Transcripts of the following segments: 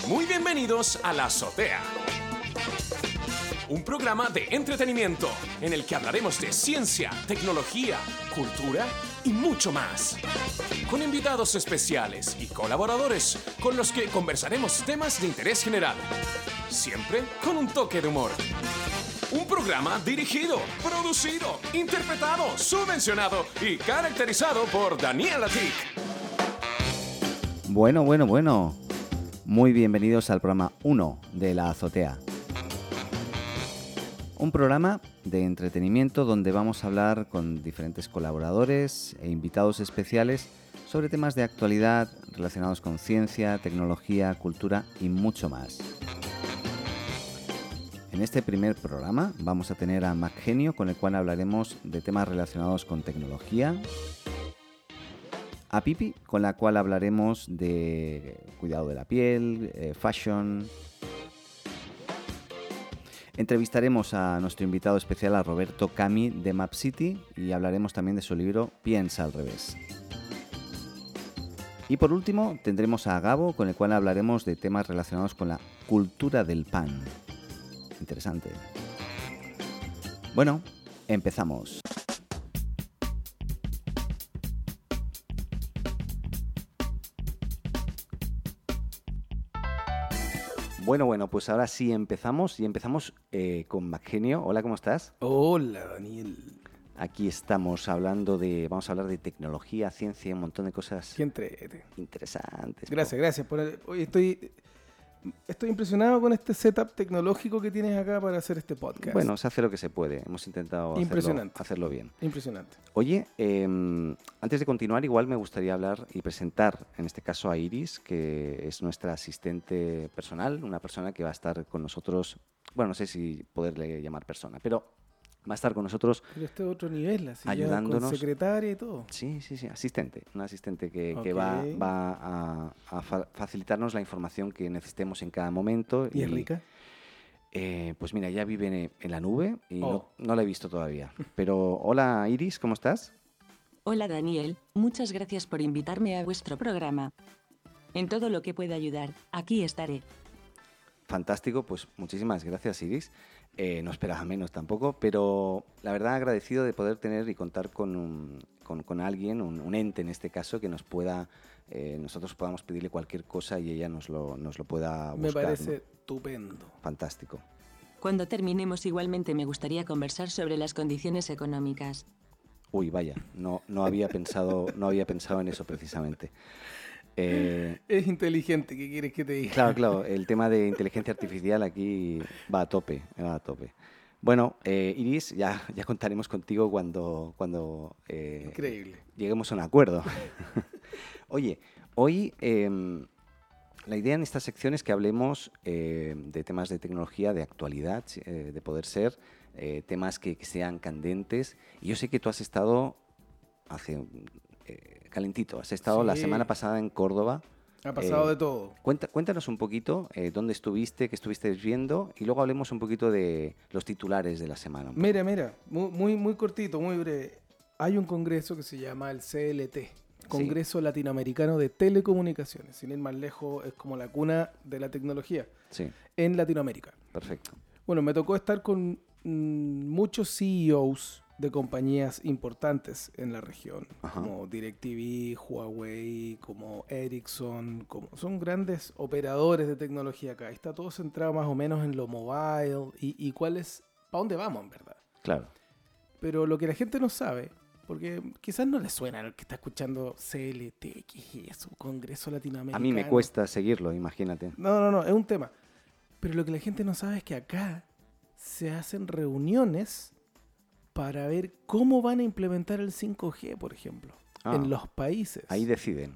Muy bienvenidos a La Azotea, un programa de entretenimiento en el que hablaremos de ciencia, tecnología, cultura y mucho más. Con invitados especiales y colaboradores con los que conversaremos temas de interés general, siempre con un toque de humor. Un programa dirigido, producido, interpretado, subvencionado y caracterizado por Daniel Atik. Bueno. Muy bienvenidos al programa 1 de La Azotea. Un programa de entretenimiento donde vamos a hablar con diferentes colaboradores e invitados especiales sobre temas de actualidad relacionados con ciencia, tecnología, cultura y mucho más. En este primer programa vamos a tener a MacGenio, con el cual hablaremos de temas relacionados con tecnología. A Pipi, con la cual hablaremos de cuidado de la piel, fashion. Entrevistaremos a nuestro invitado especial, a Roberto Cami de Map City, y hablaremos también de su libro Piensa al revés. Y por último tendremos a Gabo, con el cual hablaremos de temas relacionados con la cultura del pan. Interesante. Bueno, empezamos. Bueno, pues ahora sí empezamos con MacGenio. Hola, ¿cómo estás? Hola, Daniel. Aquí estamos vamos a hablar de tecnología, ciencia y un montón de cosas Qué entrete. interesantes. Gracias. Hoy estoy impresionado con este setup tecnológico que tienes acá para hacer este podcast. Bueno, se hace lo que se puede. Hemos intentado hacerlo bien. Impresionante. Oye, antes de continuar, igual me gustaría hablar y presentar, en este caso, a Iris, que es nuestra asistente personal, una persona que va a estar con nosotros, bueno, no sé si poderle llamar persona, pero va a estar con nosotros. Pero este es otro nivel, así ayudándonos. Con secretaria y todo. Sí, asistente. Una asistente que Okay. va a facilitarnos la información que necesitemos en cada momento. ¿Y es rica? Pues mira, ella vive en la nube y no la he visto todavía. Pero hola Iris, ¿cómo estás? Hola Daniel, muchas gracias por invitarme a vuestro programa. En todo lo que pueda ayudar, aquí estaré. Fantástico, pues muchísimas gracias Iris. No esperaba menos tampoco, pero la verdad agradecido de poder tener y contar con alguien, un ente en este caso, que nos pueda, nosotros podamos pedirle cualquier cosa y ella nos lo pueda buscar. Me parece, ¿no? estupendo. Fantástico. Cuando terminemos igualmente me gustaría conversar sobre las condiciones económicas. Uy, vaya, no había pensado en eso precisamente. Es inteligente, ¿qué quieres que te diga? Claro, el tema de inteligencia artificial aquí va a tope. Bueno, Iris, ya contaremos contigo cuando Increíble. lleguemos a un acuerdo. Oye, hoy la idea en esta sección es que hablemos de temas de tecnología, de actualidad, de poder ser, temas que sean candentes. Y yo sé que tú has estado calentito. Has estado la semana pasada en Córdoba. Ha pasado de todo. Cuéntanos un poquito dónde estuviste, qué estuviste viendo, y luego hablemos un poquito de los titulares de la semana. Mira, muy cortito, muy breve. Hay un congreso que se llama el CLT, Congreso Latinoamericano de Telecomunicaciones. Sin ir más lejos, es como la cuna de la tecnología en Latinoamérica. Perfecto. Bueno, me tocó estar con muchos CEOs de compañías importantes en la región, como DirecTV, Huawei, como Ericsson, son grandes operadores de tecnología acá. Está todo centrado más o menos en lo mobile y para dónde vamos en verdad. Claro. Pero lo que la gente no sabe, porque quizás no le suena al que está escuchando CLT, ¿qué es eso? Congreso Latinoamericano. A mí me cuesta seguirlo, imagínate. No, es un tema. Pero lo que la gente no sabe es que acá se hacen reuniones para ver cómo van a implementar el 5G, por ejemplo, en los países. Ahí deciden.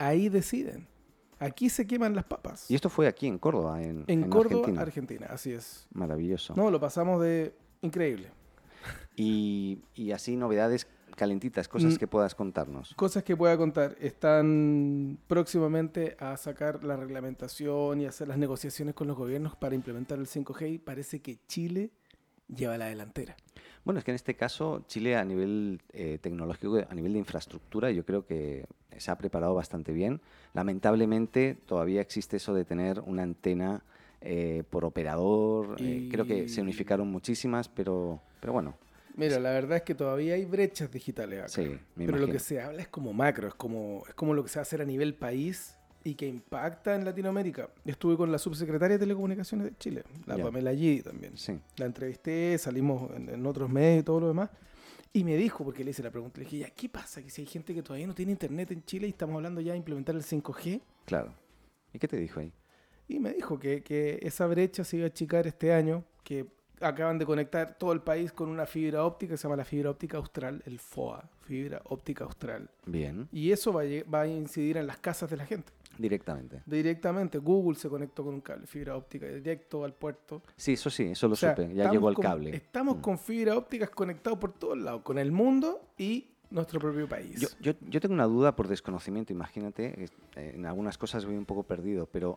Aquí se queman las papas. Y esto fue aquí en Córdoba, en Córdoba, Argentina, así es. Maravilloso. No, lo pasamos de increíble. Y así novedades calentitas, cosas que puedas contarnos. Cosas que pueda contar. Están próximamente a sacar la reglamentación y hacer las negociaciones con los gobiernos para implementar el 5G y parece que Chile lleva la delantera. Bueno, es que en este caso Chile a nivel tecnológico, a nivel de infraestructura, yo creo que se ha preparado bastante bien. Lamentablemente todavía existe eso de tener una antena por operador. Creo que se unificaron muchísimas, pero bueno. Mira, la verdad es que todavía hay brechas digitales acá. Sí, me pero lo imagino. que se habla es como macro, es como lo que se va a hacer a nivel país y que impacta en Latinoamérica. Estuve con la subsecretaria de Telecomunicaciones de Chile, la Ya. Pamela Gidi también. Sí. La entrevisté, salimos en otros medios y todo lo demás. Y me dijo, porque le hice la pregunta, le dije, ya, ¿qué pasa? Que si hay gente que todavía no tiene internet en Chile y estamos hablando ya de implementar el 5G. Claro. ¿Y qué te dijo ahí? Y me dijo que esa brecha se iba a achicar este año, que acaban de conectar todo el país con una fibra óptica que se llama la fibra óptica austral, el FOA, fibra óptica austral. Bien. Y eso va a incidir en las casas de la gente. Directamente. Directamente, Google se conectó con un cable fibra óptica directo al puerto. Sí, eso lo O sea, supe. Ya llegó el estamos cable. Estamos con fibra óptica conectados por todos lados, con el mundo y nuestro propio país. Yo tengo una duda por desconocimiento, imagínate, en algunas cosas voy un poco perdido, pero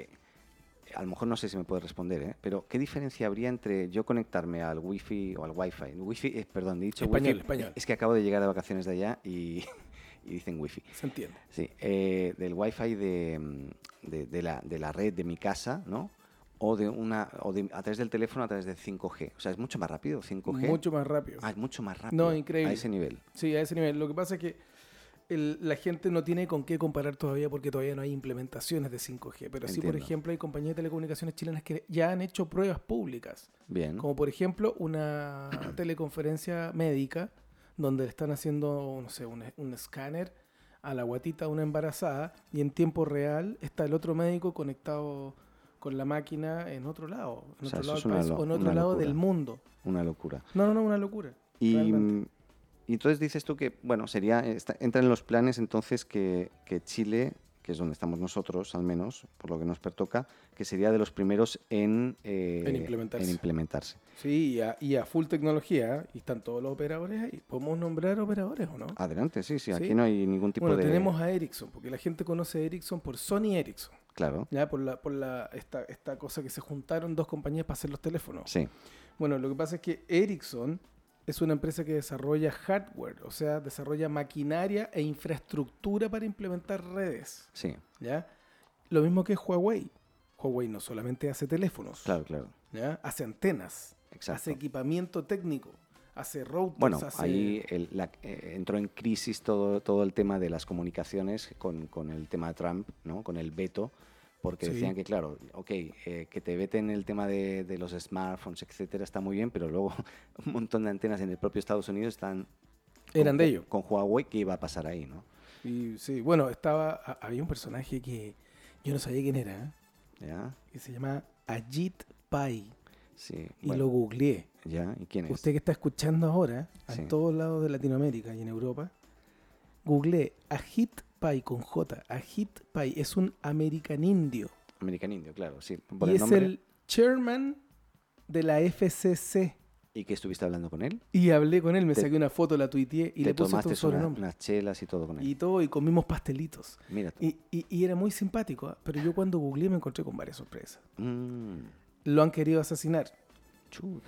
a lo mejor no sé si me puedes responder, pero ¿qué diferencia habría entre yo conectarme al wifi o al wifi? Wifi, perdón, he dicho Español, wifi, español. es que acabo de llegar de vacaciones de allá y dicen wifi. Se entiende. Sí, del wifi de la red de mi casa, ¿no? O a través del teléfono a través de 5G. O sea, es mucho más rápido 5G. Mucho más rápido. Ah, es mucho más rápido. No, increíble. A ese nivel. Sí, a ese nivel. Lo que pasa es que la gente no tiene con qué comparar todavía porque todavía no hay implementaciones de 5G. Pero sí, por Entiendo. ejemplo, hay compañías de telecomunicaciones chilenas que ya han hecho pruebas públicas. Bien. Como por ejemplo una teleconferencia médica donde le están haciendo, no sé, un escáner a la guatita de una embarazada y en tiempo real está el otro médico conectado con la máquina en otro lado, en O sea, otro eso lado es del país o en otro una lado locura. del mundo. Una locura. No, una locura. Y realmente. entonces dices tú que, bueno, entra en los planes entonces que Chile, que es donde estamos nosotros, al menos, por lo que nos pertoca, que sería de los primeros en implementarse. Sí, y a full tecnología, y están todos los operadores ahí. ¿Podemos nombrar operadores o no? Adelante, sí, Sí. aquí no hay ningún tipo Bueno, de... tenemos a Ericsson, porque la gente conoce a Ericsson por Sony Ericsson. Claro, Ya, esta cosa que se juntaron dos compañías para hacer los teléfonos. sí, Bueno, lo que pasa es que Ericsson es una empresa que desarrolla hardware, o sea, desarrolla maquinaria e infraestructura para implementar redes. sí, ¿Ya? Lo mismo que Huawei. Huawei no solamente hace teléfonos, claro, ¿ya? Hace antenas, exacto. hace equipamiento técnico, hace routers, Bueno, hace... ahí entró en crisis todo el tema de las comunicaciones con el tema de Trump, ¿no? Con el veto, porque Sí. decían que, claro, que te veten el tema de los smartphones, etcétera, está muy bien, pero luego un montón de antenas en el propio Estados Unidos están... Eran de ellos. Con Huawei, ¿qué iba a pasar ahí, no? Y sí, bueno, había un personaje que yo no sabía quién era, ¿Ya? que se llama Ajit Pai, Sí. y bueno, lo googleé. ¿Ya? ¿Y quién es? Usted que está escuchando ahora, Sí. en todos lados de Latinoamérica y en Europa, googleé Ajit Pai con J. Ajit Pai es un american indio. American Indio, claro, sí. Por Y el es nombre. el chairman de la FCC. ¿Y que estuviste hablando con él? Y hablé con él, me Te- saqué una foto, la tuiteé y Te le puse tomaste todo sobrenombre. unas chelas y todo con él. Y todo, y comimos pastelitos. Mira tú. Y era muy simpático, ¿ah? Pero yo cuando googleé me encontré con varias sorpresas. Mm, Lo han querido asesinar. chuta.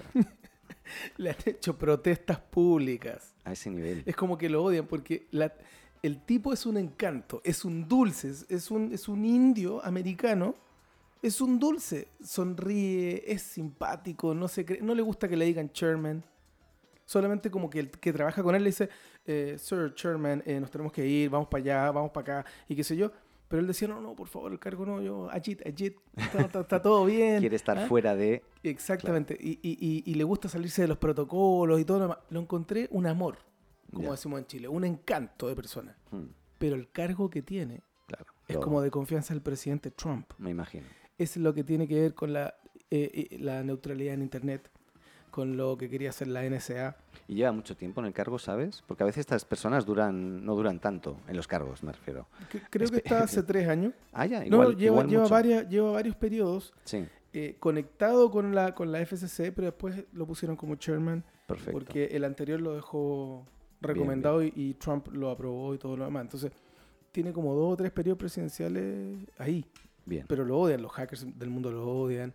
Le han hecho protestas públicas. A ese nivel. Es como que lo odian porque el tipo es un encanto, es un dulce, es un indio americano, es un dulce, sonríe, es simpático, no le gusta que le digan chairman. Solamente como que el que trabaja con él le dice, Sir Chairman, nos tenemos que ir, vamos para allá, vamos para acá, y qué sé yo. Pero él decía, no, por favor, el cargo no, yo, Ajit, está todo bien. Quiere estar ¿Ah? fuera de... Exactamente, y le gusta salirse de los protocolos y todo lo demás. Lo encontré un amor, como Ya. decimos en Chile, un encanto de persona. Mm, Pero el cargo que tiene claro. es como de confianza del presidente Trump. Me imagino. Es lo que tiene que ver con la neutralidad en Internet, con lo que quería hacer la NSA. ¿Y lleva mucho tiempo en el cargo, sabes? Porque a veces estas personas no duran tanto en los cargos, me refiero. Creo que está hace 3 años. Ah, ya, No, igual, igual mucho. lleva varios periodos Sí, conectado con la FCC, pero después lo pusieron como chairman perfecto. porque el anterior lo dejó recomendado y Trump lo aprobó y todo lo demás. Entonces, tiene como 2 o 3 periodos presidenciales ahí. Bien. Pero lo odian, los hackers del mundo lo odian,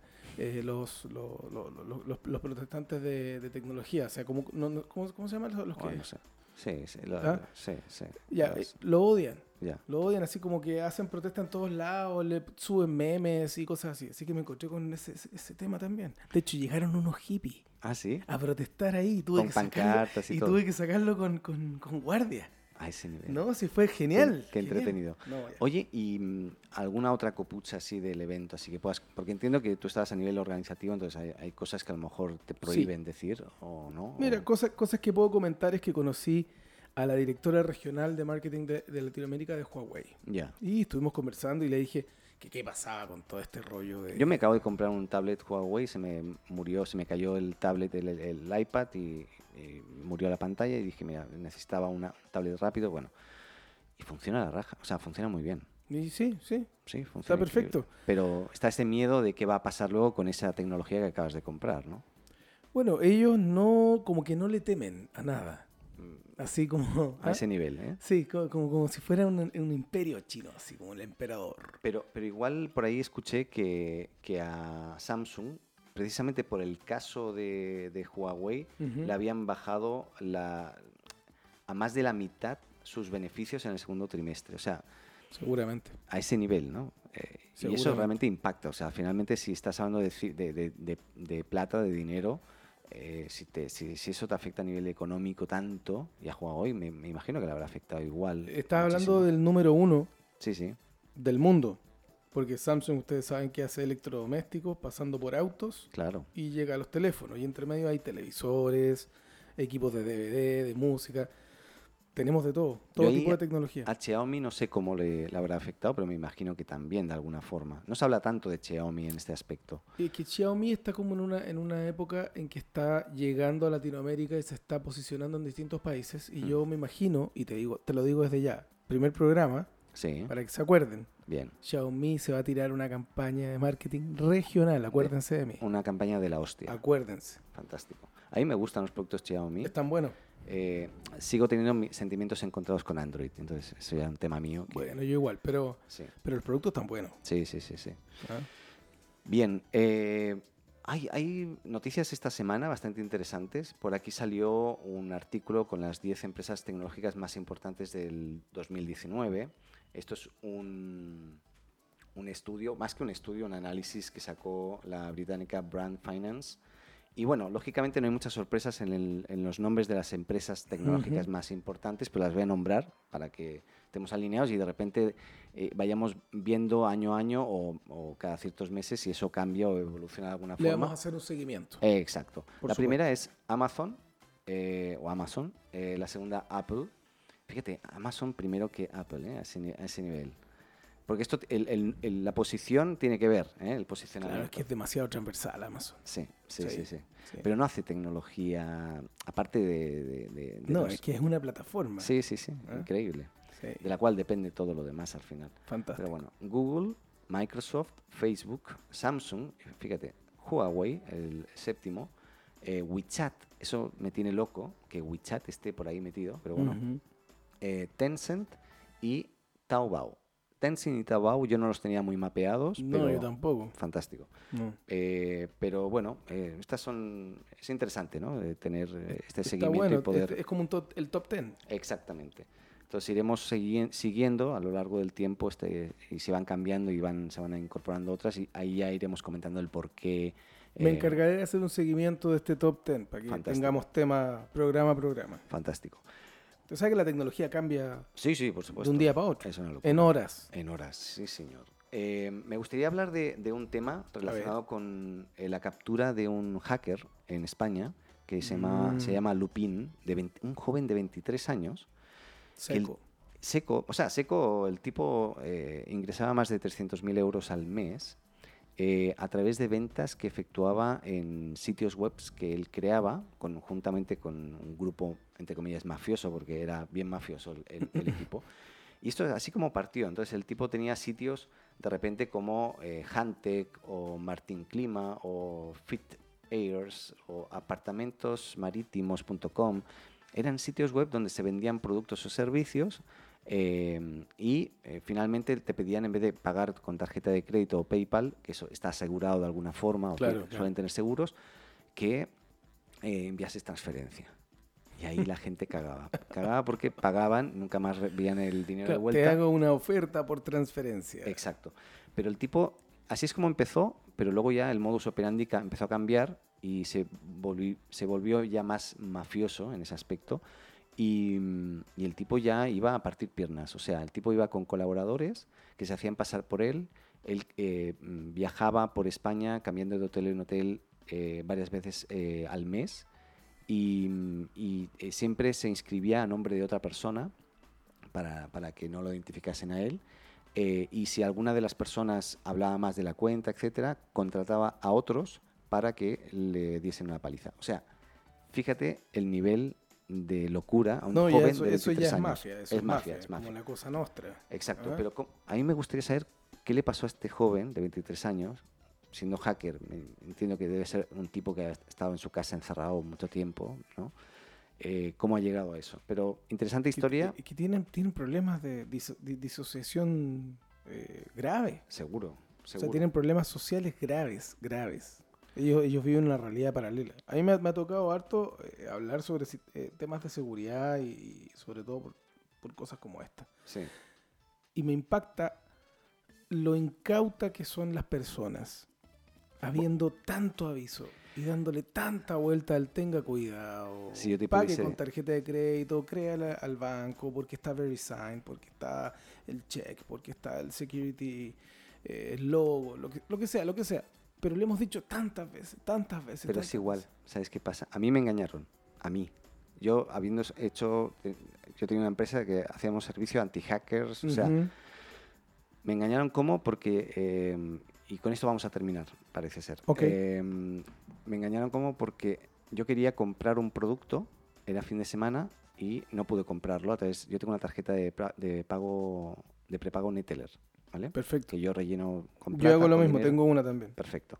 los protestantes de tecnología, o sea, ¿cómo se llaman los que...? Bueno, no sé. Sí, sí, ¿Ah? sí. Ya, lo odian. Ya. Lo odian así como que hacen protesta en todos lados, le suben memes y cosas así. Así que me encontré con ese tema también. De hecho, llegaron unos hippies Ah, sí. a protestar ahí. Con pancartas y todo. Tuve que sacarlo con guardia. A ese nivel. No, sí fue genial. Qué genial. entretenido. No, ya. Oye, ¿y alguna otra copucha así del evento? Así que puedas, porque entiendo que tú estabas a nivel organizativo, entonces hay cosas que a lo mejor te prohíben decir o no. Mira, cosas que puedo comentar es que conocí a la directora regional de marketing de Latinoamérica de Huawei. Ya. Y estuvimos conversando y le dije que qué pasaba con todo este rollo de... Yo me acabo de comprar un tablet Huawei, se me cayó el tablet, el iPad y murió la pantalla y dije, mira, necesitaba un tablet rápido, bueno, y funciona a la raja, o sea, funciona muy bien. Y sí. Sí, funciona Está perfecto. increíble. Pero está ese miedo de qué va a pasar luego con esa tecnología que acabas de comprar, ¿no? Bueno, ellos como que no le temen a nada. Así como... A ese nivel, ¿eh? Sí, como si fuera un imperio chino, así como el emperador. Pero igual por ahí escuché que a Samsung, precisamente por el caso de Huawei, Ujú. le habían bajado a más de la mitad sus beneficios en el segundo trimestre. O sea, Seguramente. a ese nivel, ¿no? Y eso Seguramente. realmente impacta. O sea, finalmente si estás hablando de plata, de dinero, si eso te afecta a nivel económico tanto, y a Huawei me imagino que le habrá afectado igual. Estás muchísimo. hablando del número 1 Sí, sí, del mundo. Porque Samsung, ustedes saben que hace electrodomésticos pasando por autos claro. y llega a los teléfonos. Y entre medio hay televisores, equipos de DVD, de música. Tenemos de todo Yo ahí tipo de tecnología. A Xiaomi no sé cómo le habrá afectado, pero me imagino que también de alguna forma. No se habla tanto de Xiaomi en este aspecto. Y que Xiaomi está como en una época en que está llegando a Latinoamérica y se está posicionando en distintos países. Y yo me imagino, y te lo digo desde ya, primer programa, Sí, para que se acuerden, bien. Xiaomi se va a tirar una campaña de marketing regional, acuérdense de mí. Una campaña de la hostia. Acuérdense. Fantástico. A mí me gustan los productos Xiaomi. Es tan bueno. Sigo teniendo sentimientos encontrados con Android, entonces eso ya es un tema mío. Bueno, yo igual, pero Sí, el producto es tan bueno. sí. ¿Ah? Bien, hay noticias esta semana bastante interesantes. Por aquí salió un artículo con las 10 empresas tecnológicas más importantes del 2019. Esto es un estudio, más que un estudio, un análisis que sacó la británica Brand Finance. Y bueno, lógicamente no hay muchas sorpresas en los nombres de las empresas tecnológicas más importantes, pero las voy a nombrar para que estemos alineados y de repente vayamos viendo año a año o cada ciertos meses si eso cambia o evoluciona de alguna Le forma. vamos a hacer un seguimiento. Exacto. Por La supuesto. primera es Amazon, la segunda Apple. Fíjate, Amazon primero que Apple, a ese nivel. Porque esto, la posición tiene que ver, el Claro, posicionamiento. es que es demasiado transversal Amazon. Sí. Sí. Pero no hace tecnología, aparte de No, los- es que es una plataforma. Sí, ¿Ah? increíble. Sí. De la cual depende todo lo demás al final. Fantástico. Pero bueno, Google, Microsoft, Facebook, Samsung, fíjate, Huawei, el séptimo, WeChat, eso me tiene loco, que WeChat esté por ahí metido, pero bueno, Ujú. Tencent y Taobao. Tencent y Taobao yo no los tenía muy mapeados, No, pero yo tampoco. fantástico. No. Pero bueno, es interesante, ¿no? Tener este Está seguimiento bueno, y poder... es como el top 10. Exactamente. Entonces iremos siguiendo a lo largo del tiempo y se van cambiando y se van incorporando otras y ahí ya iremos comentando el por qué. Me encargaré de hacer un seguimiento de este top 10 para que Fantástico. tengamos tema programa a programa. Fantástico. Tú sabes que la tecnología cambia Sí, por supuesto. de un día para otro. Es una locura. En horas. En horas, sí, señor. Me gustaría hablar de un tema relacionado con la captura de un hacker en España que se llama Lupin, un joven de 23 años. Seco. Seco, el tipo ingresaba más de 300.000 euros al mes a través de ventas que efectuaba en sitios web que él creaba conjuntamente con un grupo, entre comillas, mafioso, porque era bien mafioso el equipo. Y esto es así como partió. Entonces el tipo tenía sitios de repente como Hantec o Martin Clima o Fit Airs o apartamentosmarítimos.com. Eran sitios web donde se vendían productos o servicios Finalmente te pedían, en vez de pagar con tarjeta de crédito o PayPal, que eso está asegurado de alguna forma, o Claro, que suelen tener seguros, que enviases transferencia. Y ahí la gente cagaba. Cagaba porque pagaban, nunca más veían el dinero de Claro, vuelta. te hago una oferta por transferencia. Exacto. Pero el tipo, así es como empezó, pero luego ya el modus operandi empezó a cambiar y se volvió ya más mafioso en ese aspecto. Y el tipo ya iba a partir piernas. O sea, el tipo iba con colaboradores que se hacían pasar por él. Él viajaba por España cambiando de hotel en hotel varias veces al mes. Y siempre se inscribía a nombre de otra persona para que no lo identificasen a él. Y si alguna de las personas hablaba más de la cuenta, etcétera, contrataba a otros para que le diesen una paliza. O sea, fíjate el nivel de locura a un joven eso, de 23 eso ya es años. mafia. Eso es mafia, es mafia. Como la cosa nostra. Exacto, ¿Ah? pero a mí me gustaría saber qué le pasó a este joven de 23 años, siendo hacker. Entiendo que debe ser un tipo que ha estado en su casa encerrado mucho tiempo, ¿no? Cómo ha llegado a eso. Pero interesante historia. Que tienen problemas de disociación grave. Seguro. O sea, tienen problemas sociales graves. Ellos viven una realidad paralela. A mí me ha tocado harto hablar sobre temas de seguridad y sobre todo por cosas como esta. Sí. Y me impacta lo incauta que son las personas, habiendo tanto aviso y dándole tanta vuelta al tenga cuidado, Si yo te pague pudiese- con tarjeta de crédito, créala al banco, porque está VeriSign, porque está el check, porque está el security, el logo, lo que sea. Pero le hemos dicho tantas veces. Pero es igual, ¿sabes qué pasa? A mí me engañaron, a mí. Yo tenía una empresa que hacíamos servicio anti-hackers, o sea, me engañaron ¿cómo? Porque, y con esto vamos a terminar, parece ser. Okay. Me engañaron ¿cómo? Porque yo quería comprar un producto, era fin de semana, y no pude comprarlo. Entonces, yo tengo una tarjeta de prepago Neteller, ¿vale? Perfecto. Que yo relleno con plata. Yo hago lo con mismo, dinero. tengo una también. Perfecto.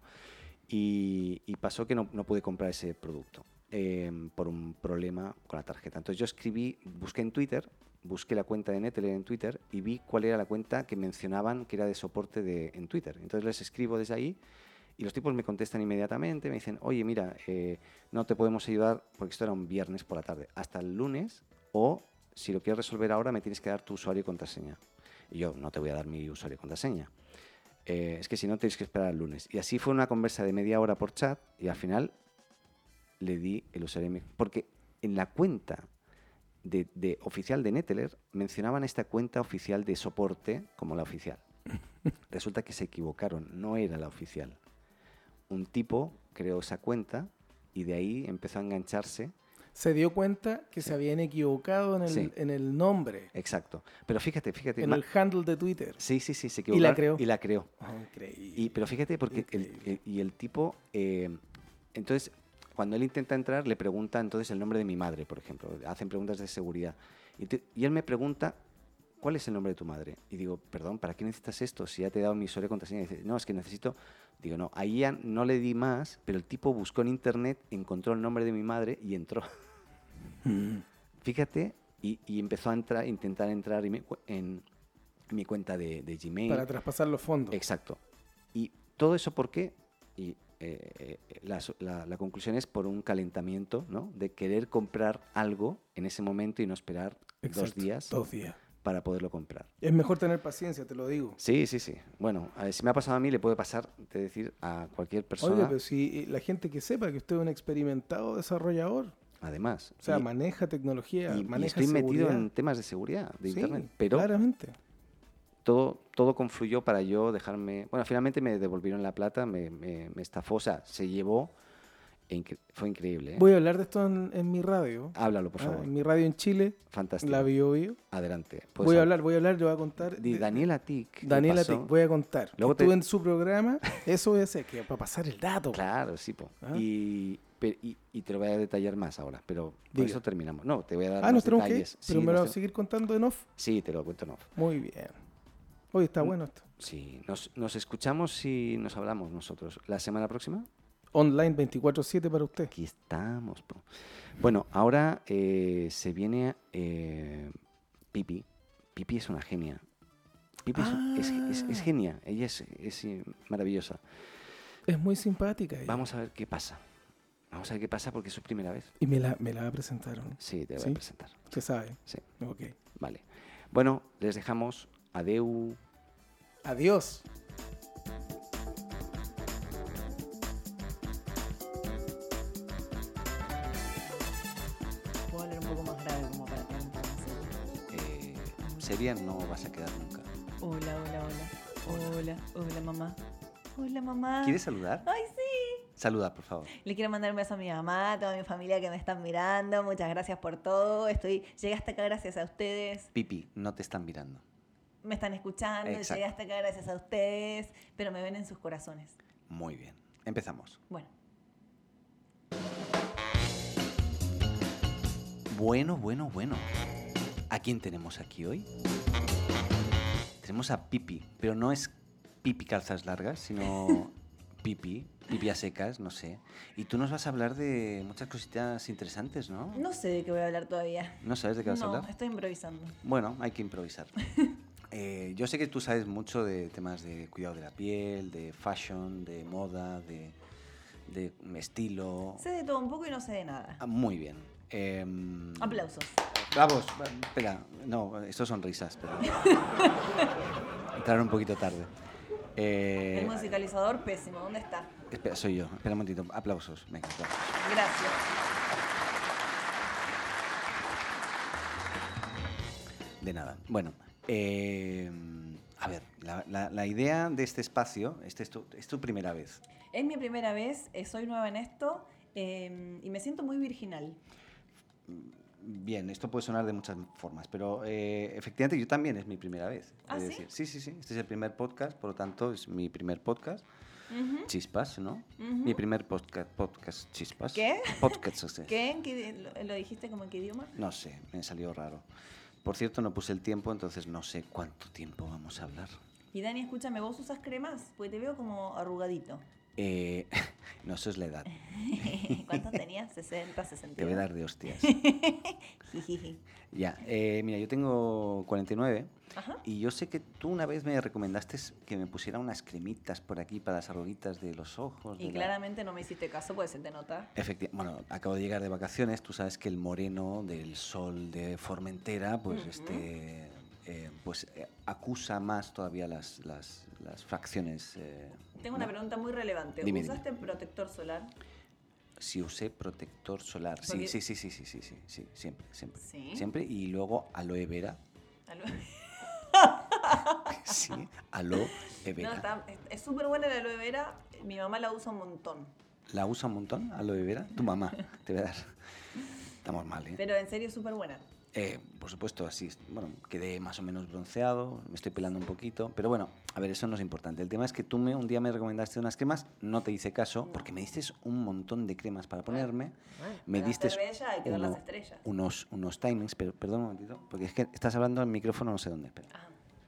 Y pasó que no pude comprar ese producto por un problema con la tarjeta. Entonces yo busqué la cuenta de Neteller en Twitter y vi cuál era la cuenta que mencionaban que era de soporte en Twitter. Entonces les escribo desde ahí y los tipos me contestan inmediatamente, me dicen, oye, mira, no te podemos ayudar porque esto era un viernes por la tarde, hasta el lunes, o si lo quieres resolver ahora me tienes que dar tu usuario y contraseña. Y yo no te voy a dar mi usuario y contraseña. Es que si no tienes que esperar al lunes. Y así fue una conversa de media hora por chat y al final le di el usuario. Porque en la cuenta de oficial de Neteller mencionaban esta cuenta oficial de soporte como la oficial. Resulta que se equivocaron, no era la oficial. Un tipo creó esa cuenta y de ahí empezó a engancharse. Se dio cuenta que se habían equivocado en el nombre. Exacto. Pero fíjate. En el handle de Twitter. Sí, se equivocaron. Y la creó. Oh, increíble. Pero fíjate, porque el tipo... entonces, cuando él intenta entrar, le pregunta entonces el nombre de mi madre, por ejemplo. Hacen preguntas de seguridad. Y él me pregunta, ¿cuál es el nombre de tu madre? Y digo, perdón, ¿para qué necesitas esto? Si ya te he dado mi usuario y contraseña. Y dice, no, es que necesito... Digo, no, ahí ya no le di más, pero el tipo buscó en internet, encontró el nombre de mi madre y entró. Fíjate, y empezó a intentar entrar en mi cuenta de Gmail. Para traspasar los fondos. Exacto. Y todo eso, ¿por qué? Y la conclusión es por un calentamiento, ¿no? De querer comprar algo en ese momento y no esperar 2 días. 2 días. Para poderlo comprar. Es mejor tener paciencia, te lo digo. Sí. Bueno, si me ha pasado a mí, le puede pasar, te decir, a cualquier persona. Oye, pero si la gente que sepa que usted es un experimentado desarrollador. Además. O sea, maneja tecnología, maneja estoy seguridad. metido en temas de seguridad de Internet. Pero claramente. Todo confluyó para yo dejarme... Bueno, finalmente me devolvieron la plata, me estafó, o sea, se llevó... Fue increíble. Voy a hablar de esto en mi radio. Háblalo, por favor. En mi radio en Chile. Fantástico. La Bio. Adelante. Voy a hablar, le voy a contar. Daniela Tic. Daniela Tic, voy a contar. Luego estuve en su programa, eso voy a hacer, que para pasar el dato. Claro, sí, po. Y te lo voy a detallar más ahora, pero con eso terminamos. No, te voy a dar más detalles. ¿Pero me lo vas a seguir contando en off? Sí, te lo cuento en off. Muy bien. Hoy está bueno esto. Sí, nos escuchamos y nos hablamos nosotros. ¿La semana próxima? Online 24/7 para usted. Aquí estamos, po. Bueno, ahora se viene Pipi, Pipi es una genia. Pipi es genia. Ella es maravillosa. Es muy simpática ella. Vamos a ver qué pasa. Vamos a ver qué pasa porque es su primera vez. Y me la presentaron. Sí, te voy a presentar. Se sabe. Sí. Ok. Vale. Bueno, les dejamos. Adeu. Adiós. Puedo hablar un poco más grave como para tener un poco más serio. Seria no vas a quedar nunca. Hola, mamá. Hola, mamá. ¿Quieres saludar? Ay, sí. Saluda, por favor. Le quiero mandar un beso a mi mamá, a toda mi familia que me están mirando. Muchas gracias por todo. Llegué hasta acá gracias a ustedes. Pipi, no te están mirando. Me están escuchando. Exacto. Llegué hasta acá gracias a ustedes. Pero me ven en sus corazones. Muy bien. Empezamos. Bueno. Bueno. ¿A quién tenemos aquí hoy? Tenemos a Pipi, pero no es Pipi calzas largas, sino Pipi a secas, no sé. Y tú nos vas a hablar de muchas cositas interesantes, ¿no? No sé de qué voy a hablar todavía. ¿No sabes de qué vas a hablar? No, estoy improvisando. Bueno, hay que improvisar. Yo sé que tú sabes mucho de temas de cuidado de la piel, de fashion, de moda, de estilo. Sé de todo un poco y no sé de nada. Muy bien. Aplausos. Bravos. Espera, no, esto son risas, pero entraron un poquito tarde. El musicalizador pésimo. ¿Dónde está? Espera, soy yo. Espera un momentito. Aplausos. Venga, aplausos. Gracias. De nada. Bueno, a ver, la idea de este espacio, es tu primera vez. Es mi primera vez, soy nueva en esto y me siento muy virginal. Bien, esto puede sonar de muchas formas, pero efectivamente yo también es mi primera vez. ¿Ah, Es sí? decir, sí. Este es el primer podcast, por lo tanto es mi primer podcast. Chispas, ¿no? Mi primer podcast Chispas. ¿Qué? Podcast, o sea. ¿Qué? ¿Lo dijiste como en qué idioma? No sé, me salió raro. Por cierto, no puse el tiempo, entonces no sé cuánto tiempo vamos a hablar. Y Dani, escúchame, ¿vos usas cremas? Porque te veo como arrugadito. No, eso es la edad. ¿Cuántos tenías? 60, 60. Te voy a dar de hostias. Ya, mira, yo tengo 49. Ajá. Y yo sé que tú una vez me recomendaste que me pusiera unas cremitas por aquí para las arruguitas de los ojos. Y claramente no me hiciste caso, porque se te nota. Bueno, acabo de llegar de vacaciones. Tú sabes que el moreno del sol de Formentera, pues acusa más todavía las facciones. Tengo una pregunta muy relevante. Dime. ¿Usaste protector solar? Si usé protector solar. Porque- Sí, siempre. Sí. Siempre. Y luego aloe vera. ¿Aló? Sí, aloe No, vera. es súper buena la aloe vera. Mi mamá la usa un montón. ¿La usa un montón, aloe vera? Tu mamá, te voy a dar. Estamos mal, ¿eh? Pero en serio es súper buena. Por supuesto, así, bueno, quedé más o menos bronceado, me estoy pelando un poquito, pero bueno, a ver, eso no es importante. El tema es que tú un día me recomendaste unas cremas, no te hice caso, porque me diste un montón de cremas para ponerme, me para diste ser bella hay que ver las estrellas. unos timings, pero perdón un momentito, porque es que estás hablando al micrófono no sé dónde, espera. Ah.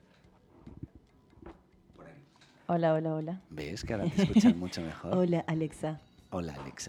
Hola. ¿Ves que ahora te escuchan mucho mejor? Hola, Alexa. Hola, Alexa.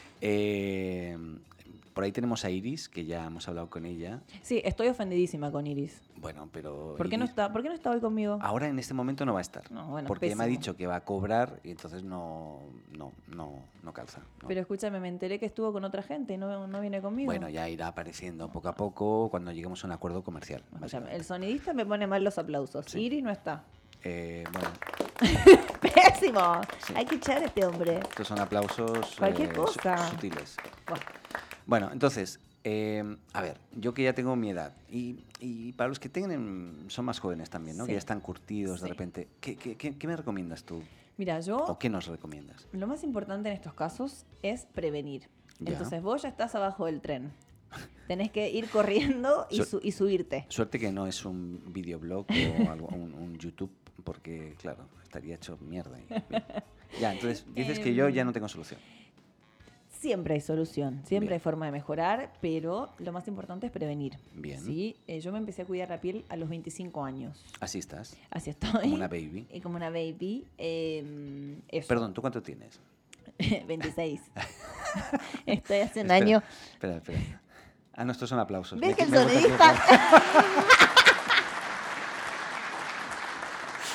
Por ahí tenemos a Iris, que ya hemos hablado con ella. Sí, estoy ofendidísima con Iris. Bueno, pero... ¿Por qué no está hoy conmigo? Ahora en este momento no va a estar. No, bueno, porque me ha pésimo. dicho que va a cobrar y entonces no calza. ¿no? Pero escúchame, me enteré que estuvo con otra gente y no viene conmigo. Bueno, ya irá apareciendo poco a poco cuando lleguemos a un acuerdo comercial. Escúchame, básicamente. el sonidista me pone mal los aplausos. Sí. Iris no está. Bueno, ¡Pésimo! Sí. Hay que echar a este hombre. estos son aplausos Cualquier cosa. sutiles. Buah. Bueno, entonces, a ver, yo que ya tengo mi edad y para los que son más jóvenes también, ¿no? Sí. Que ya están curtidos de Sí. repente, ¿qué me recomiendas tú? Mira, yo ¿O qué nos recomiendas? lo más importante en estos casos es prevenir. Ya. Entonces vos ya estás abajo del tren. Tenés que ir corriendo y subirte. Suerte que no es un videoblog o algo, un YouTube, porque, claro, estaría hecho mierda. Ya, entonces dices que yo ya no tengo solución. Siempre hay solución, siempre Bien. hay forma de mejorar, pero lo más importante es prevenir. Bien. ¿Sí? Yo me empecé a cuidar la piel a los 25 años. Así estás, Así estoy. como una baby. Y como una baby. Eso. Perdón, ¿tú cuánto tienes? 26. Estoy hace un Espera, año. Espera. Ah, no, estos son aplausos. ¿Ves que el Me gusta sonidista?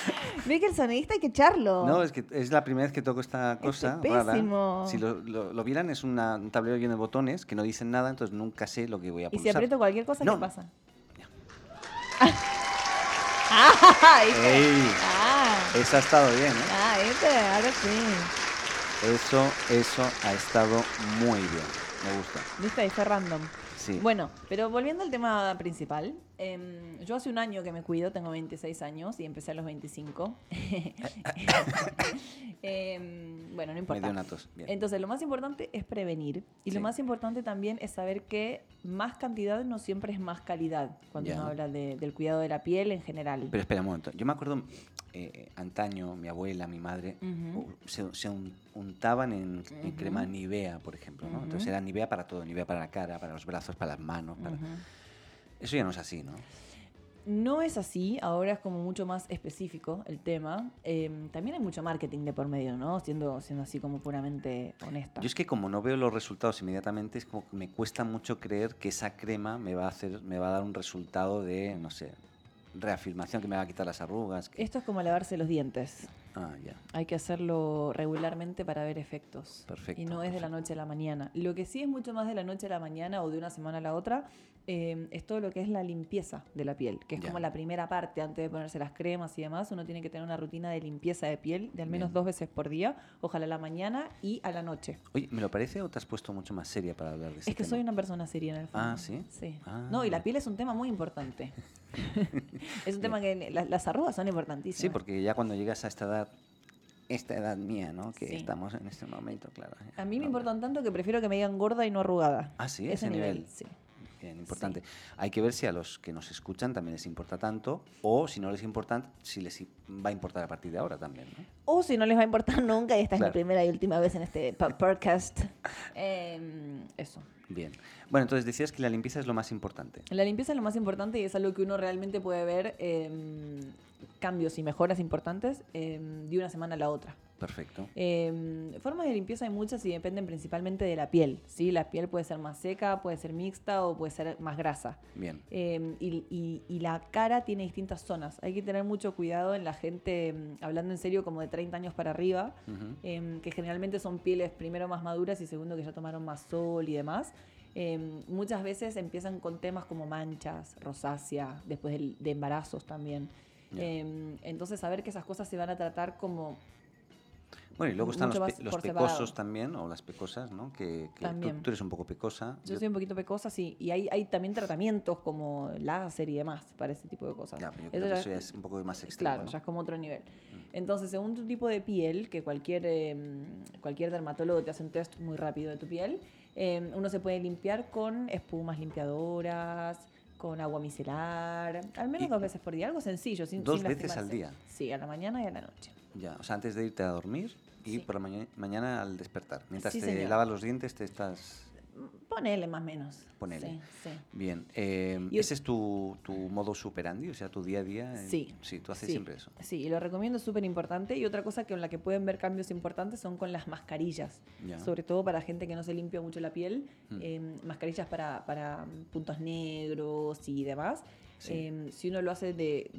Ve que el sonidista hay que echarlo. No, es que es la primera vez que toco esta cosa rara. pésimo. Si lo vieran, es un tablero lleno de botones que no dicen nada, entonces nunca sé lo que voy a Y pulsar. si aprieto cualquier cosa, No. ¿qué pasa? Ya. ¿Viste? ¡Ey! Ah, Eso ha estado bien, ¿eh? ¿viste? Ahora sí. Eso ha estado muy bien. Me gusta. ¿Viste? Ahí fue random. Sí. Bueno, pero volviendo al tema principal, yo hace un año que me cuido, tengo 26 años y empecé a los 25. Bueno, no importa. Me dio una tos. Bien. Entonces, lo más importante es prevenir. Y Sí. lo más importante también es saber que más cantidad no siempre es más calidad cuando Ya. uno habla del cuidado de la piel en general. Pero espera un momento. Yo me acuerdo, antaño, mi abuela, mi madre, Ujú. se untaban en crema Nivea, por ejemplo, ¿no? Ujú. Entonces era Nivea para todo. Nivea para la cara, para los brazos, para las manos. Ujú. Eso ya no es así, ¿no? No es así, ahora es como mucho más específico el tema. También hay mucho marketing de por medio, ¿no? Siendo así como puramente honesta. Yo es que como no veo los resultados inmediatamente, es como que me cuesta mucho creer que esa crema me va a dar un resultado de, no sé, reafirmación, que me va a quitar las arrugas. Esto es como lavarse los dientes. Ah, ya. Hay que hacerlo regularmente para ver efectos. Perfecto, Y no es de la perfecto. noche a la mañana. Lo que sí es mucho más de la noche a la mañana o de una semana a la otra es todo lo que es la limpieza de la piel, que es Ya. como la primera parte antes de ponerse las cremas y demás. Uno tiene que tener una rutina de limpieza de piel de al menos Bien. 2 veces por día, ojalá a la mañana y a la noche. Oye, ¿me lo parece o te has puesto mucho más seria para hablar de este Es que tema? soy una persona seria en el fondo. Ah, ¿sí? Sí. Ah. No, y la piel es un tema muy importante. Es un tema que las arrugas son importantísimas. Sí, porque ya cuando llegas a esta edad mía, ¿no? Que Sí. estamos en este momento, claro. A mí me No, importan tanto que prefiero que me digan gorda y no arrugada. Ah, sí, ese ese nivel. Sí. Bien, importante. Hay que ver si a los que nos escuchan también les importa tanto o si no les importa, si les va a importar a partir de ahora también, ¿no? O si no les va a importar nunca y esta es Claro. la primera y última vez en este podcast. Eso. Bien. Bueno, entonces decías que la limpieza es lo más importante. La limpieza es lo más importante y es algo que uno realmente puede ver cambios y mejoras importantes de una semana a la otra. Perfecto. Formas de limpieza hay muchas y dependen principalmente de la piel, ¿sí? La piel puede ser más seca, puede ser mixta o puede ser más grasa. Bien. Y la cara tiene distintas zonas. Hay que tener mucho cuidado en la gente, hablando en serio, como de 30 años para arriba, Ujú. que generalmente son pieles primero más maduras y segundo que ya tomaron más sol y demás. Muchas veces empiezan con temas como manchas, rosácea, después de embarazos también. Ya. Entonces saber que esas cosas se van a tratar como... Bueno, y luego están mucho los, más los por pecosos separado. también, o las pecosas, ¿no? Que También. tú eres un poco pecosa. Yo soy un poquito pecosa, sí. Y hay también tratamientos como láser y demás para ese tipo de cosas. Ya, pero yo creo que eso ya es un poco más extremo, Claro, ¿no? ya es como otro nivel. Entonces, según tu tipo de piel, que cualquier dermatólogo te hace un test muy rápido de tu piel, uno se puede limpiar con espumas limpiadoras, con agua micelar, al menos Y 2 veces por día, algo sencillo. Sin 2 sin veces al lastimarse. día. Sí, a la mañana y a la noche. Ya, o sea, antes de irte a dormir y Sí. por la mañana al despertar. Mientras Sí, te señor. lavas los dientes te estás... Ponele más o menos. Ponele. Sí, sí. Bien. Y ¿Ese es tu modo superandi? O sea, tu día a día. Sí. Sí, tú haces Sí, siempre eso. Sí, y lo recomiendo, es súper importante. Y otra cosa con la que pueden ver cambios importantes son con las mascarillas. Ya. Sobre todo para gente que no se limpia mucho la piel. Mascarillas para puntos negros y demás. Sí. Si uno lo hace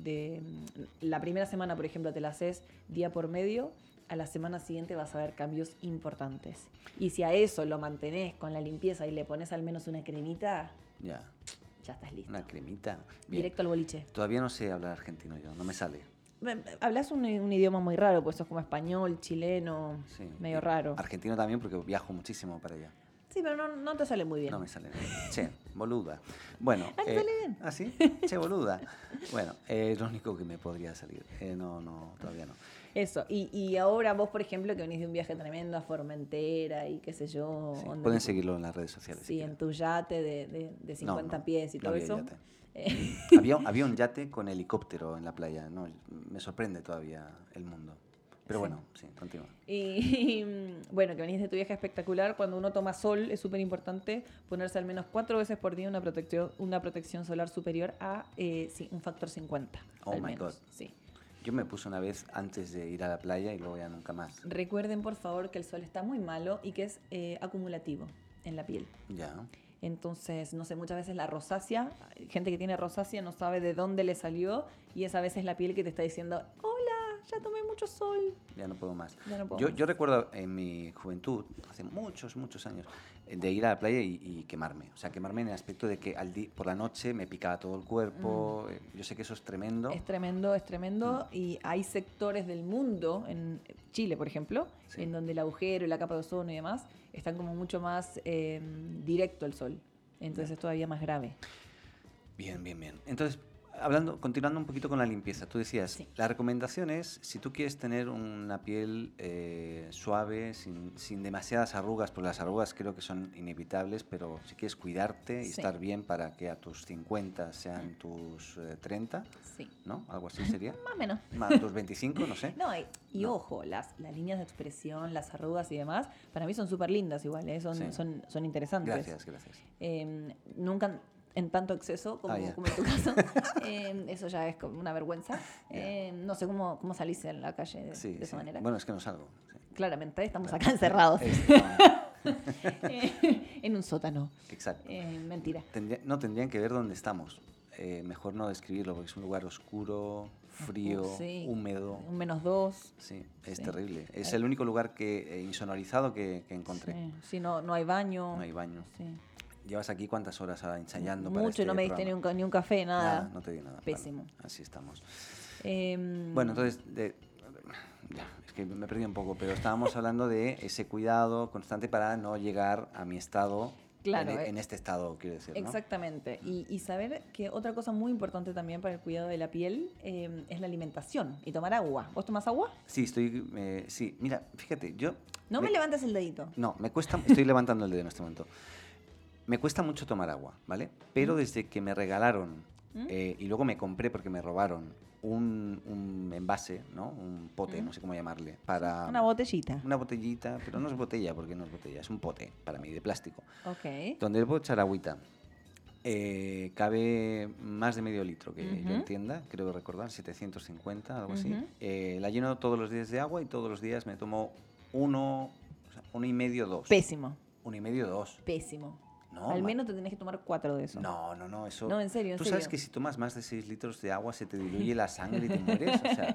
la primera semana, por ejemplo, te la haces día por medio, a la semana siguiente vas a ver cambios importantes. Y si a eso lo mantenés con la limpieza y le pones al menos una cremita, Ya. ya estás listo. Una cremita. Bien. Directo al boliche. Todavía no sé hablar argentino yo, no me sale. Hablas un idioma muy raro, pues sos como español, chileno, Sí. medio Y raro. Argentino también porque viajo muchísimo para allá. Sí, pero no te sale muy bien. No me sale. Che, boluda. Bueno. Ah, ¿te sale bien? ¿Ah, sí? Che, boluda. Bueno, es lo único que me podría salir. No, todavía no. Eso, y ahora vos, por ejemplo, que venís de un viaje tremendo a Formentera y qué sé yo. Sí, onda pueden tipo- seguirlo en las redes sociales. si Sí, en tu yate de 50 no, pies y no todo había eso. yate. Había un yate con helicóptero en la playa. No, me sorprende todavía el mundo. Pero Sí. bueno, sí, continúa. Y bueno, que venís de tu viaje espectacular, cuando uno toma sol es súper importante ponerse al menos 4 veces por día una protección solar superior a un factor 50. Oh al my menos. God. Sí. Yo me puse una vez antes de ir a la playa y luego ya nunca más. Recuerden, por favor, que el sol está muy malo y que es acumulativo en la piel. Ya. Entonces, no sé, muchas veces la rosácea, gente que tiene rosácea no sabe de dónde le salió y esa vez es la piel que te está diciendo, hola, ya tomé mucho sol. Ya no puedo más. Ya no puedo más. Yo recuerdo en mi juventud, hace muchos años, de ir a la playa y quemarme. O sea, quemarme en el aspecto de que por la noche me picaba todo el cuerpo. Yo sé que eso es tremendo. Es tremendo. Y hay sectores del mundo, en Chile, por ejemplo, Sí. en donde el agujero y la capa de ozono y demás están como mucho más directo al sol. Entonces es todavía más grave. Bien. Entonces, continuando un poquito con la limpieza, tú decías, Sí. la recomendación es, si tú quieres tener una piel suave, sin demasiadas arrugas, porque las arrugas creo que son inevitables, pero si quieres cuidarte y Sí. estar bien para que a tus 50 sean tus 30, Sí. ¿no? Algo así sería. Más o menos. Más tus 25, no sé. No, y ojo, las líneas de expresión, las arrugas y demás, para mí son súper lindas igual, Sí. son interesantes. Gracias. Nunca en tanto exceso como, Ya. como en tu caso. Eso ya es como una vergüenza. No sé cómo salís en la calle de Sí, esa manera. Bueno, es que no salgo. Sí. Claramente, estamos acá encerrados en un sótano. Exacto. Mentira. No tendrían que ver dónde estamos. Mejor no describirlo, porque es un lugar oscuro, frío, Sí. húmedo. Un -2. Sí, es Sí. terrible. Es el único lugar insonorizado que encontré. Sí, no hay baño. No hay baño. Sí. ¿Llevas aquí cuántas horas ahora ensayando para Mucho, este no me diste programa? ni un café, nada. No te di nada. Pésimo. Vale, así estamos. Em, Bueno, entonces, ya, es que me perdí un poco, pero estábamos hablando de ese cuidado constante para no llegar a mi estado, Claro, en este estado, quiero decir, ¿no? Exactamente. Y saber que otra cosa muy importante también para el cuidado de la piel es la alimentación y tomar agua. ¿Vos tomás agua? Sí, sí, mira, fíjate, yo... No me levantes el dedito. No, estoy levantando el dedo en este momento. Me cuesta mucho tomar agua, ¿vale? Pero desde que me regalaron, y luego me compré porque me robaron, un envase, ¿no? Un pote, no sé cómo llamarle, para... Una botellita. Una botellita, pero no es botella, porque no es botella, es un pote para mí, de plástico, Ok. donde le puedo echar agüita. Cabe más de medio litro, que yo entienda, creo recordar, 750, algo así. La lleno todos los días de agua y todos los días me tomo uno y medio, 2. Pésimo. 1,5, 2. Pésimo. No, Al menos te tenés que tomar 4 de eso. No, eso... No, en serio, en ¿Tú serio. sabes que si tomas más de 6 litros de agua se te diluye la sangre y te mueres? O sea...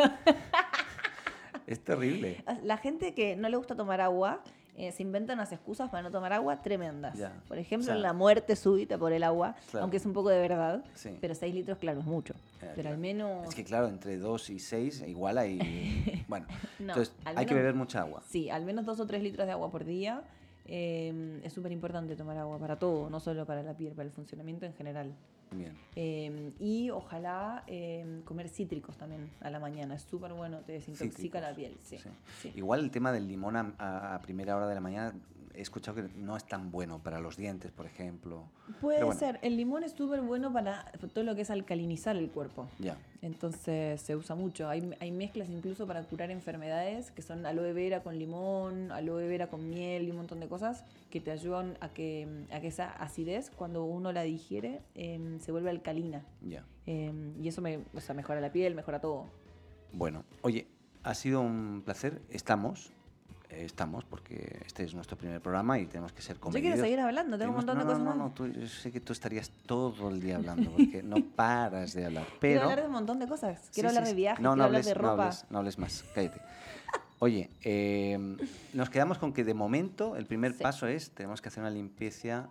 es terrible. La gente que no le gusta tomar agua se inventa unas excusas para no tomar agua tremendas. Ya. Por ejemplo, O sea, la muerte súbita por el agua, claro. aunque es un poco de verdad, Sí. pero 6 litros, claro, es mucho. Pero Claro. al menos... Es que claro, entre 2 y 6 igual hay... Bueno, No, entonces al hay que menos- beber mucha agua. Sí, al menos 2 o 3 litros de agua por día. Es súper importante tomar agua para todo, no solo para la piel, para el funcionamiento en general. Bien. Y ojalá comer cítricos también a la mañana. Es súper bueno, te desintoxica Cítricos, la piel. Sí, sí. sí. Igual el tema del limón a primera hora de la mañana, he escuchado que no es tan bueno para los dientes, por ejemplo. Puede Pero bueno, ser. El limón es súper bueno para todo lo que es alcalinizar el cuerpo. Ya. Entonces se usa mucho. Hay mezclas incluso para curar enfermedades que son aloe vera con limón, aloe vera con miel y un montón de cosas que te ayudan a que esa acidez, cuando uno la digiere, se vuelve alcalina. Ya. Y eso mejora la piel, mejora todo. Bueno, oye, ha sido un placer. Estamos, porque este es nuestro primer programa y tenemos que ser Yo comedidos. quiero seguir hablando, tengo un montón de cosas más. No, yo sé que tú estarías todo el día hablando, porque no paras de hablar. Pero... Quiero hablar de un montón de cosas. Quiero hablar de viajes, no quiero hablar hables, de ropa. No hables más, cállate. Oye, nos quedamos con que de momento el primer Sí. paso es, tenemos que hacer una limpieza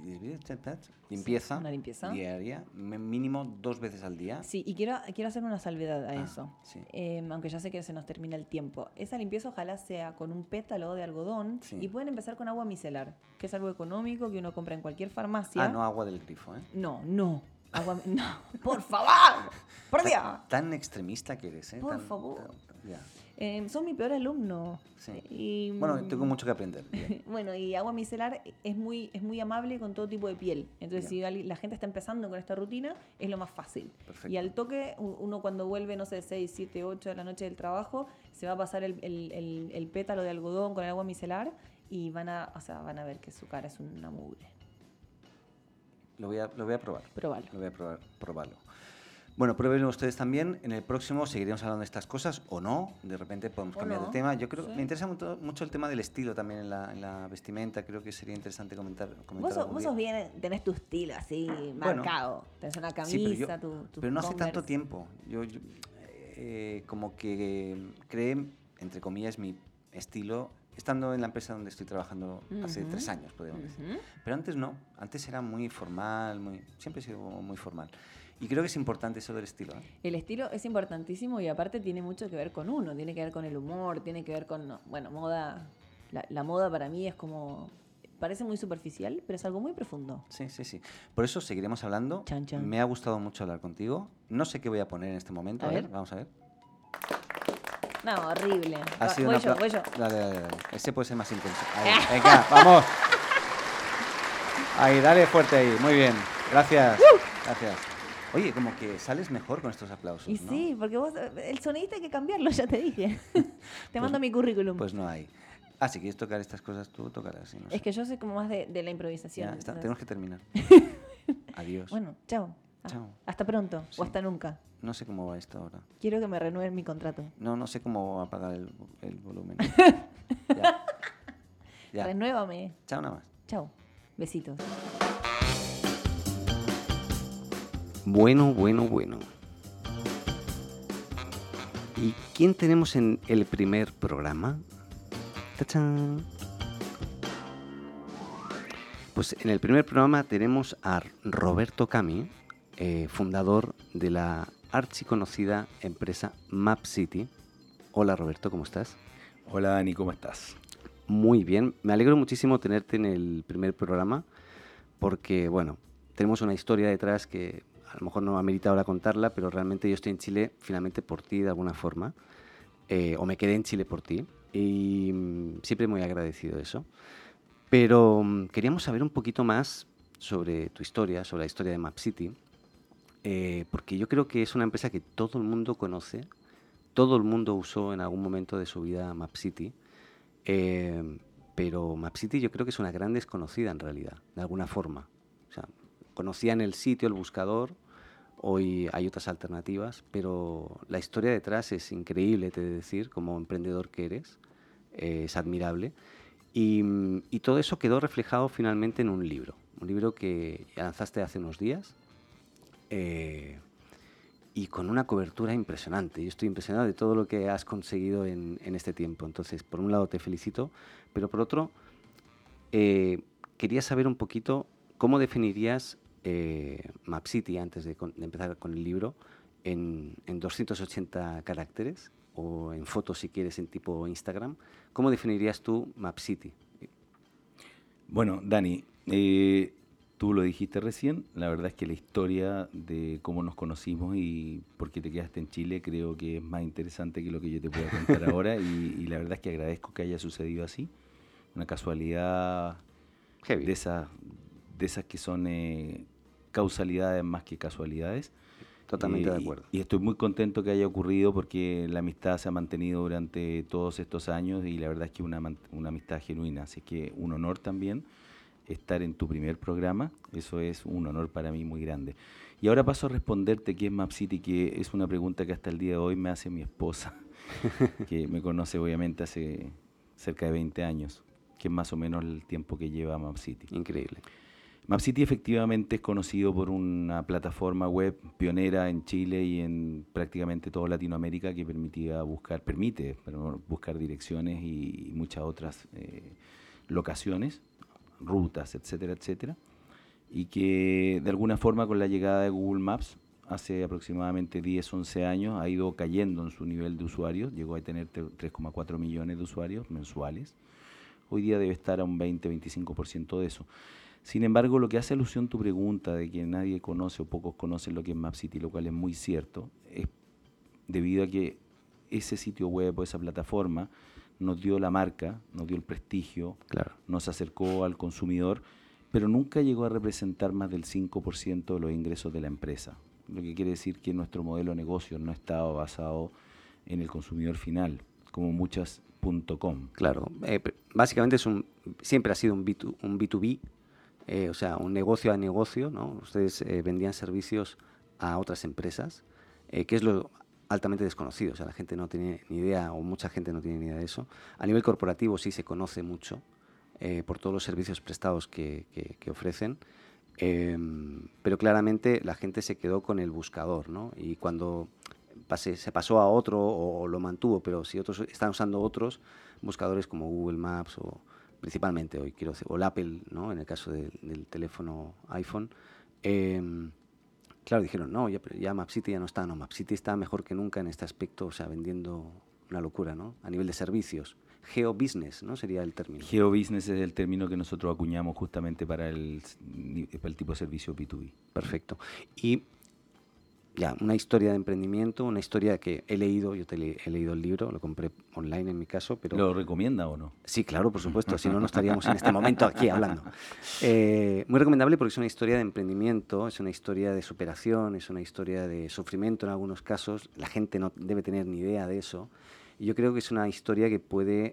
una limpieza. diaria, mínimo 2 veces al día. Sí, y quiero hacer una salvedad a eso. sí. Aunque ya sé que se nos termina el tiempo. Esa limpieza ojalá sea con un pétalo de algodón Sí. y pueden empezar con agua micelar, que es algo económico que uno compra en cualquier farmacia. Ah, no agua del grifo, ¿eh? No. Agua, no, por favor. Por Dios. Tan extremista que eres, ¿eh? Por favor. Ya. Son mi peor alumno. Sí. Y, Bueno, tengo mucho que aprender. Bien. Bueno, y agua micelar es muy amable con todo tipo de piel. Entonces, Bien. si la gente está empezando con esta rutina, es lo más fácil. Perfecto. Y al toque, uno cuando vuelve, no sé, 6, 7, 8 de la noche del trabajo, se va a pasar el pétalo de algodón con el agua micelar y van a ver que su cara es una mugre. Lo voy a probar. Probalo. Lo voy a probarlo. Bueno, pruébenlo ustedes también. En el próximo seguiremos hablando de estas cosas o no. De repente podemos O cambiar no, de tema. Yo creo sí. me interesa mucho el tema del estilo también en la vestimenta. Creo que sería interesante comentar Vos algún sos día. bien, tenés tu estilo así, Bueno, marcado. Tenés una Sí, camisa, tu pero no hace tanto Converse. tiempo. como que creé, entre comillas, mi estilo estando en la empresa donde estoy trabajando hace 3 años, podríamos decir. Pero antes no, antes era muy formal, siempre he sido muy formal. Y creo que es importante eso del estilo, ¿eh? El estilo es importantísimo y aparte tiene mucho que ver con uno, tiene que ver con el humor, tiene que ver con, bueno, moda. La moda para mí es como, parece muy superficial, pero es algo muy profundo. Sí, sí, sí. Por eso seguiremos hablando. Chan, chan. Me ha gustado mucho hablar contigo. No sé qué voy a poner en este momento. A ver. Vamos a ver. No, horrible. Ha sido Voy una yo. Dale, dale, dale. Ese puede ser más intenso. Ahí, venga, vamos. Ahí, dale fuerte ahí. Muy bien. Gracias. Gracias. Oye, como que sales mejor con estos aplausos, Y ¿no? sí, porque vos, el sonidista hay que cambiarlo, ya te dije. Te mando mi currículum. Pues no hay. Ah, si quieres tocar estas cosas tú, tócalas. Sí, no sé. Es que yo soy como más de la improvisación. Ya está, entonces- tenemos que terminar. Adiós. Bueno, chao. Chao. Hasta pronto Sí. o hasta nunca. No sé cómo va esto ahora. Quiero que me renueven mi contrato. No sé cómo apagar el volumen. Ya. Ya. Renuévame. Chao nada más. Chao. Besitos. Bueno. ¿Y quién tenemos en el primer programa? ¡Tachán! Pues en el primer programa tenemos a Roberto Cami, fundador de la archiconocida empresa MapCity. Hola Roberto, ¿cómo estás? Hola Dani, ¿cómo estás? Muy bien, me alegro muchísimo tenerte en el primer programa porque, bueno, tenemos una historia detrás que a lo mejor no amerita ahora contarla, pero realmente yo estoy en Chile finalmente por ti de alguna forma, o me quedé en Chile por ti y siempre muy agradecido de eso. Pero queríamos saber un poquito más sobre tu historia, sobre la historia de MapCity, porque yo creo que es una empresa que todo el mundo conoce, todo el mundo usó en algún momento de su vida MapCity, pero MapCity yo creo que es una gran desconocida en realidad, de alguna forma. O sea, conocían el sitio, el buscador, hoy hay otras alternativas, pero la historia detrás es increíble, te he de decir, como emprendedor que eres, es admirable. Y todo eso quedó reflejado finalmente en un libro que lanzaste hace unos días y con una cobertura impresionante. Yo estoy impresionado de todo lo que has conseguido en este tiempo. Entonces, por un lado te felicito, pero por otro, quería saber un poquito cómo definirías MapCity antes de empezar con el libro en 280 caracteres o en fotos si quieres en tipo Instagram. ¿Cómo definirías tú MapCity? Bueno, Dani, tú lo dijiste recién, la verdad es que la historia de cómo nos conocimos y por qué te quedaste en Chile creo que es más interesante que lo que yo te pueda contar ahora y la verdad es que agradezco que haya sucedido así, una casualidad Heavy. de esas que son causalidades más que casualidades. Totalmente de acuerdo. Y estoy muy contento que haya ocurrido porque la amistad se ha mantenido durante todos estos años y la verdad es que una amistad genuina. Así que un honor también estar en tu primer programa. Eso es un honor para mí muy grande. Y ahora paso a responderte qué es MapCity, que es una pregunta que hasta el día de hoy me hace mi esposa, que me conoce obviamente hace cerca de 20 años, que es más o menos el tiempo que lleva MapCity. Increíble. MapCity efectivamente es conocido por una plataforma web pionera en Chile y en prácticamente toda Latinoamérica que permite buscar direcciones y muchas otras locaciones, rutas, etcétera, etcétera. Y que de alguna forma con la llegada de Google Maps hace aproximadamente 10, 11 años ha ido cayendo en su nivel de usuarios, llegó a tener 3,4 millones de usuarios mensuales. Hoy día debe estar a un 20-25% de eso. Sin embargo, lo que hace alusión a tu pregunta de que nadie conoce o pocos conocen lo que es MapCity, lo cual es muy cierto, es debido a que ese sitio web o esa plataforma nos dio la marca, nos dio el prestigio, Claro. nos acercó al consumidor, pero nunca llegó a representar más del 5% de los ingresos de la empresa. Lo que quiere decir que nuestro modelo de negocio no estaba basado en el consumidor final, como muchas .com. Claro. Básicamente siempre ha sido un B2B, o sea, un negocio a negocio, ¿no? Ustedes vendían servicios a otras empresas, que es lo altamente desconocido. O sea, la gente no tiene ni idea, o mucha gente no tiene ni idea de eso. A nivel corporativo sí se conoce mucho por todos los servicios prestados que ofrecen, pero claramente la gente se quedó con el buscador, ¿no? Y cuando se pasó a otro o lo mantuvo, pero si otros están usando otros buscadores como Google Maps o principalmente hoy quiero decir, o el Apple, ¿no? En el caso del teléfono iPhone, claro, dijeron, no, ya MapCity ya no está, no, MapCity está mejor que nunca en este aspecto, o sea, vendiendo una locura, ¿no? A nivel de servicios. GeoBusiness, ¿no? Sería el término. GeoBusiness es el término que nosotros acuñamos justamente para el tipo de servicio B2B. Perfecto. Y ya, una historia de emprendimiento, una historia que he leído, he leído el libro, lo compré online en mi caso, pero... ¿Lo recomienda o no? Sí, claro, por supuesto, si no, no estaríamos en este momento aquí hablando. Muy recomendable porque es una historia de emprendimiento, es una historia de superación, es una historia de sufrimiento en algunos casos, la gente no debe tener ni idea de eso, y yo creo que es una historia que puede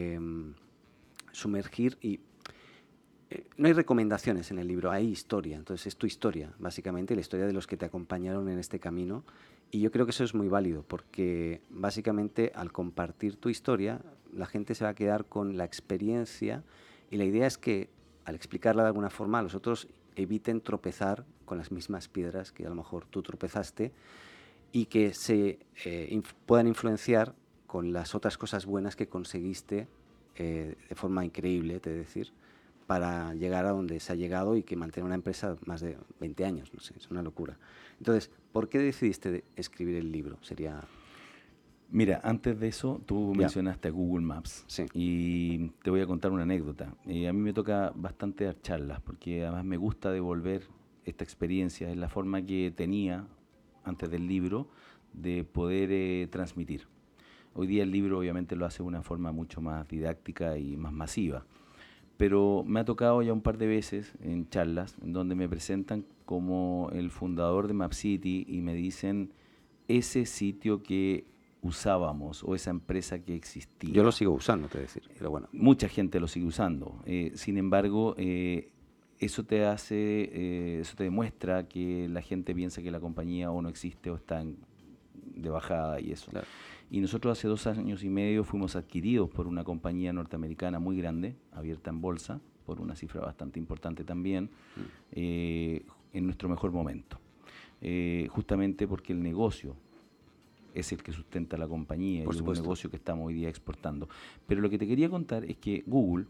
sumergir y... no hay recomendaciones en el libro, hay historia. Entonces es tu historia, básicamente, la historia de los que te acompañaron en este camino. Y yo creo que eso es muy válido, porque básicamente al compartir tu historia, la gente se va a quedar con la experiencia y la idea es que al explicarla de alguna forma, los otros eviten tropezar con las mismas piedras que a lo mejor tú tropezaste y que se puedan influenciar con las otras cosas buenas que conseguiste de forma increíble, te decir, para llegar a donde se ha llegado y que mantener una empresa más de 20 años, no sé, es una locura. Entonces, ¿por qué decidiste escribir el libro? Sería... Mira, antes de eso, tú mencionaste a Google Maps, sí. Y te voy a contar una anécdota. A mí me toca bastante dar charlas, porque además me gusta devolver esta experiencia, es la forma que tenía antes del libro de poder transmitir. Hoy día el libro obviamente lo hace de una forma mucho más didáctica y más masiva. Pero me ha tocado ya un par de veces en charlas en donde me presentan como el fundador de MapCity y me dicen ese sitio que usábamos o esa empresa que existía. Yo lo sigo usando, te decir, pero bueno. Mucha gente lo sigue usando. Sin embargo, eso te demuestra que la gente piensa que la compañía o no existe o está de bajada y eso. Claro. Y nosotros hace 2 años y medio fuimos adquiridos por una compañía norteamericana muy grande, abierta en bolsa, por una cifra bastante importante también, en nuestro mejor momento. Justamente porque el negocio es el que sustenta la compañía y es un negocio que estamos hoy día exportando. Pero lo que te quería contar es que Google,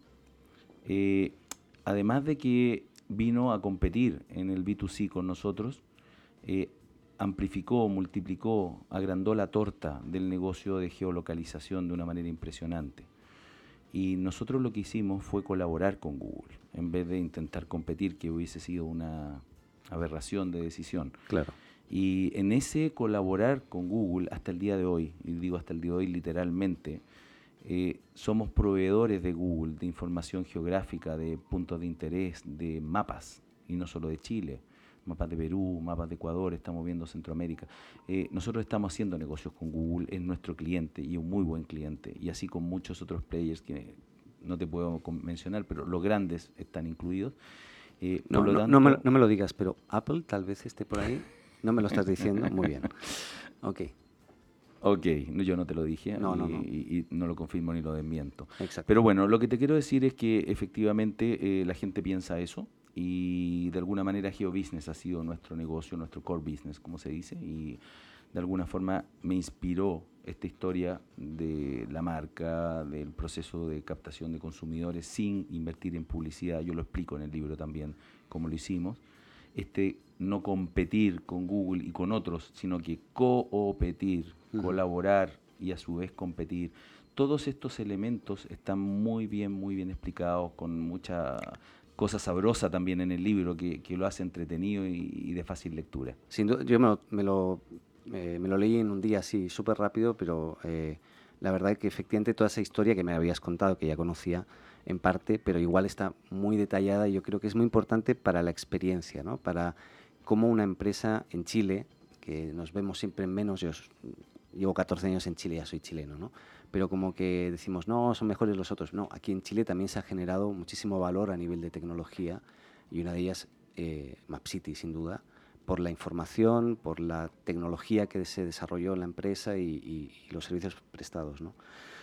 además de que vino a competir en el B2C con nosotros, amplificó, multiplicó, agrandó la torta del negocio de geolocalización de una manera impresionante. Y nosotros lo que hicimos fue colaborar con Google, en vez de intentar competir, que hubiese sido una aberración de decisión. Claro. Y en ese colaborar con Google hasta el día de hoy, y digo hasta el día de hoy literalmente, somos proveedores de Google de información geográfica, de puntos de interés, de mapas, y no solo de Chile. Mapas de Perú, mapas de Ecuador, estamos viendo Centroamérica. Nosotros estamos haciendo negocios con Google, es nuestro cliente y un muy buen cliente, y así con muchos otros players que no te puedo mencionar, pero los grandes están incluidos. No me lo digas, pero Apple tal vez esté por ahí. No me lo estás diciendo, muy bien. Ok. Ok, yo no te lo dije y no lo confirmo ni lo desmiento. Exacto. Pero bueno, lo que te quiero decir es que efectivamente la gente piensa eso. Y de alguna manera GeoBusiness ha sido nuestro negocio, nuestro core business, como se dice, y de alguna forma me inspiró esta historia de la marca, del proceso de captación de consumidores sin invertir en publicidad. Yo lo explico en el libro también, cómo lo hicimos. No competir con Google y con otros, sino que competir, colaborar y a su vez competir. Todos estos elementos están muy bien explicados, con mucha... cosa sabrosa también en el libro que lo hace entretenido y de fácil lectura. Sin duda, yo me lo leí en un día así súper rápido, pero la verdad es que efectivamente toda esa historia que me habías contado, que ya conocía en parte, pero igual está muy detallada y yo creo que es muy importante para la experiencia, ¿no? Para cómo una empresa en Chile, que nos vemos siempre en menos, yo llevo 14 años en Chile, ya soy chileno, ¿no? Pero como que decimos, no, son mejores los otros. No, aquí en Chile también se ha generado muchísimo valor a nivel de tecnología y una de ellas, MapCity, sin duda, por la información, por la tecnología que se desarrolló en la empresa y los servicios prestados, ¿no?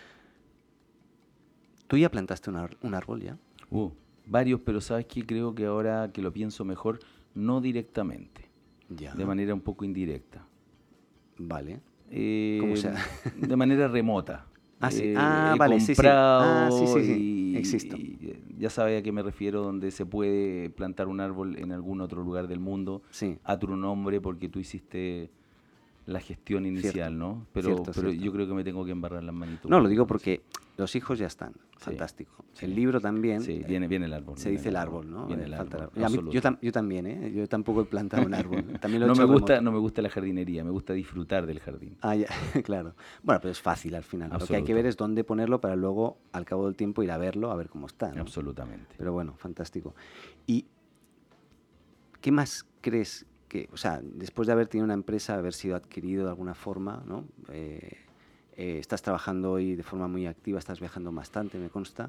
¿Tú ya plantaste un árbol ya? Varios, pero ¿sabes qué? Creo que ahora que lo pienso mejor, no directamente, de manera un poco indirecta. Vale. ¿Cómo sea? De manera remota. Ah, sí. He Vale, sí, sí. comprado sí. Existo. y ya sabe a qué me refiero, donde se puede plantar un árbol en algún otro lugar del mundo Sí. a tu nombre porque tú hiciste la gestión inicial, Cierto. ¿no? Pero Cierto. yo creo que me tengo que embarrar las manitos. No, lo digo porque los hijos ya están. Sí, Fantástico. sí. El libro también. Sí, viene el árbol. Se dice el árbol, ¿no? Viene el Falta árbol. el árbol. Absoluto. Yo también, ¿eh? Yo tampoco he plantado un árbol. También lo he No hecho me gusta, remoto. no me gusta la jardinería, me gusta disfrutar del jardín. Ah, ya, claro. Bueno, pero es fácil al final. Lo que hay que Absoluto. ver es dónde ponerlo para luego, al cabo del tiempo, ir a verlo, a ver cómo está, ¿no? Absolutamente. Pero bueno, fantástico. ¿Y qué más crees que, o sea, después de haber tenido una empresa, haber sido adquirido de alguna forma, ¿no? Estás trabajando hoy de forma muy activa, estás viajando bastante, me consta.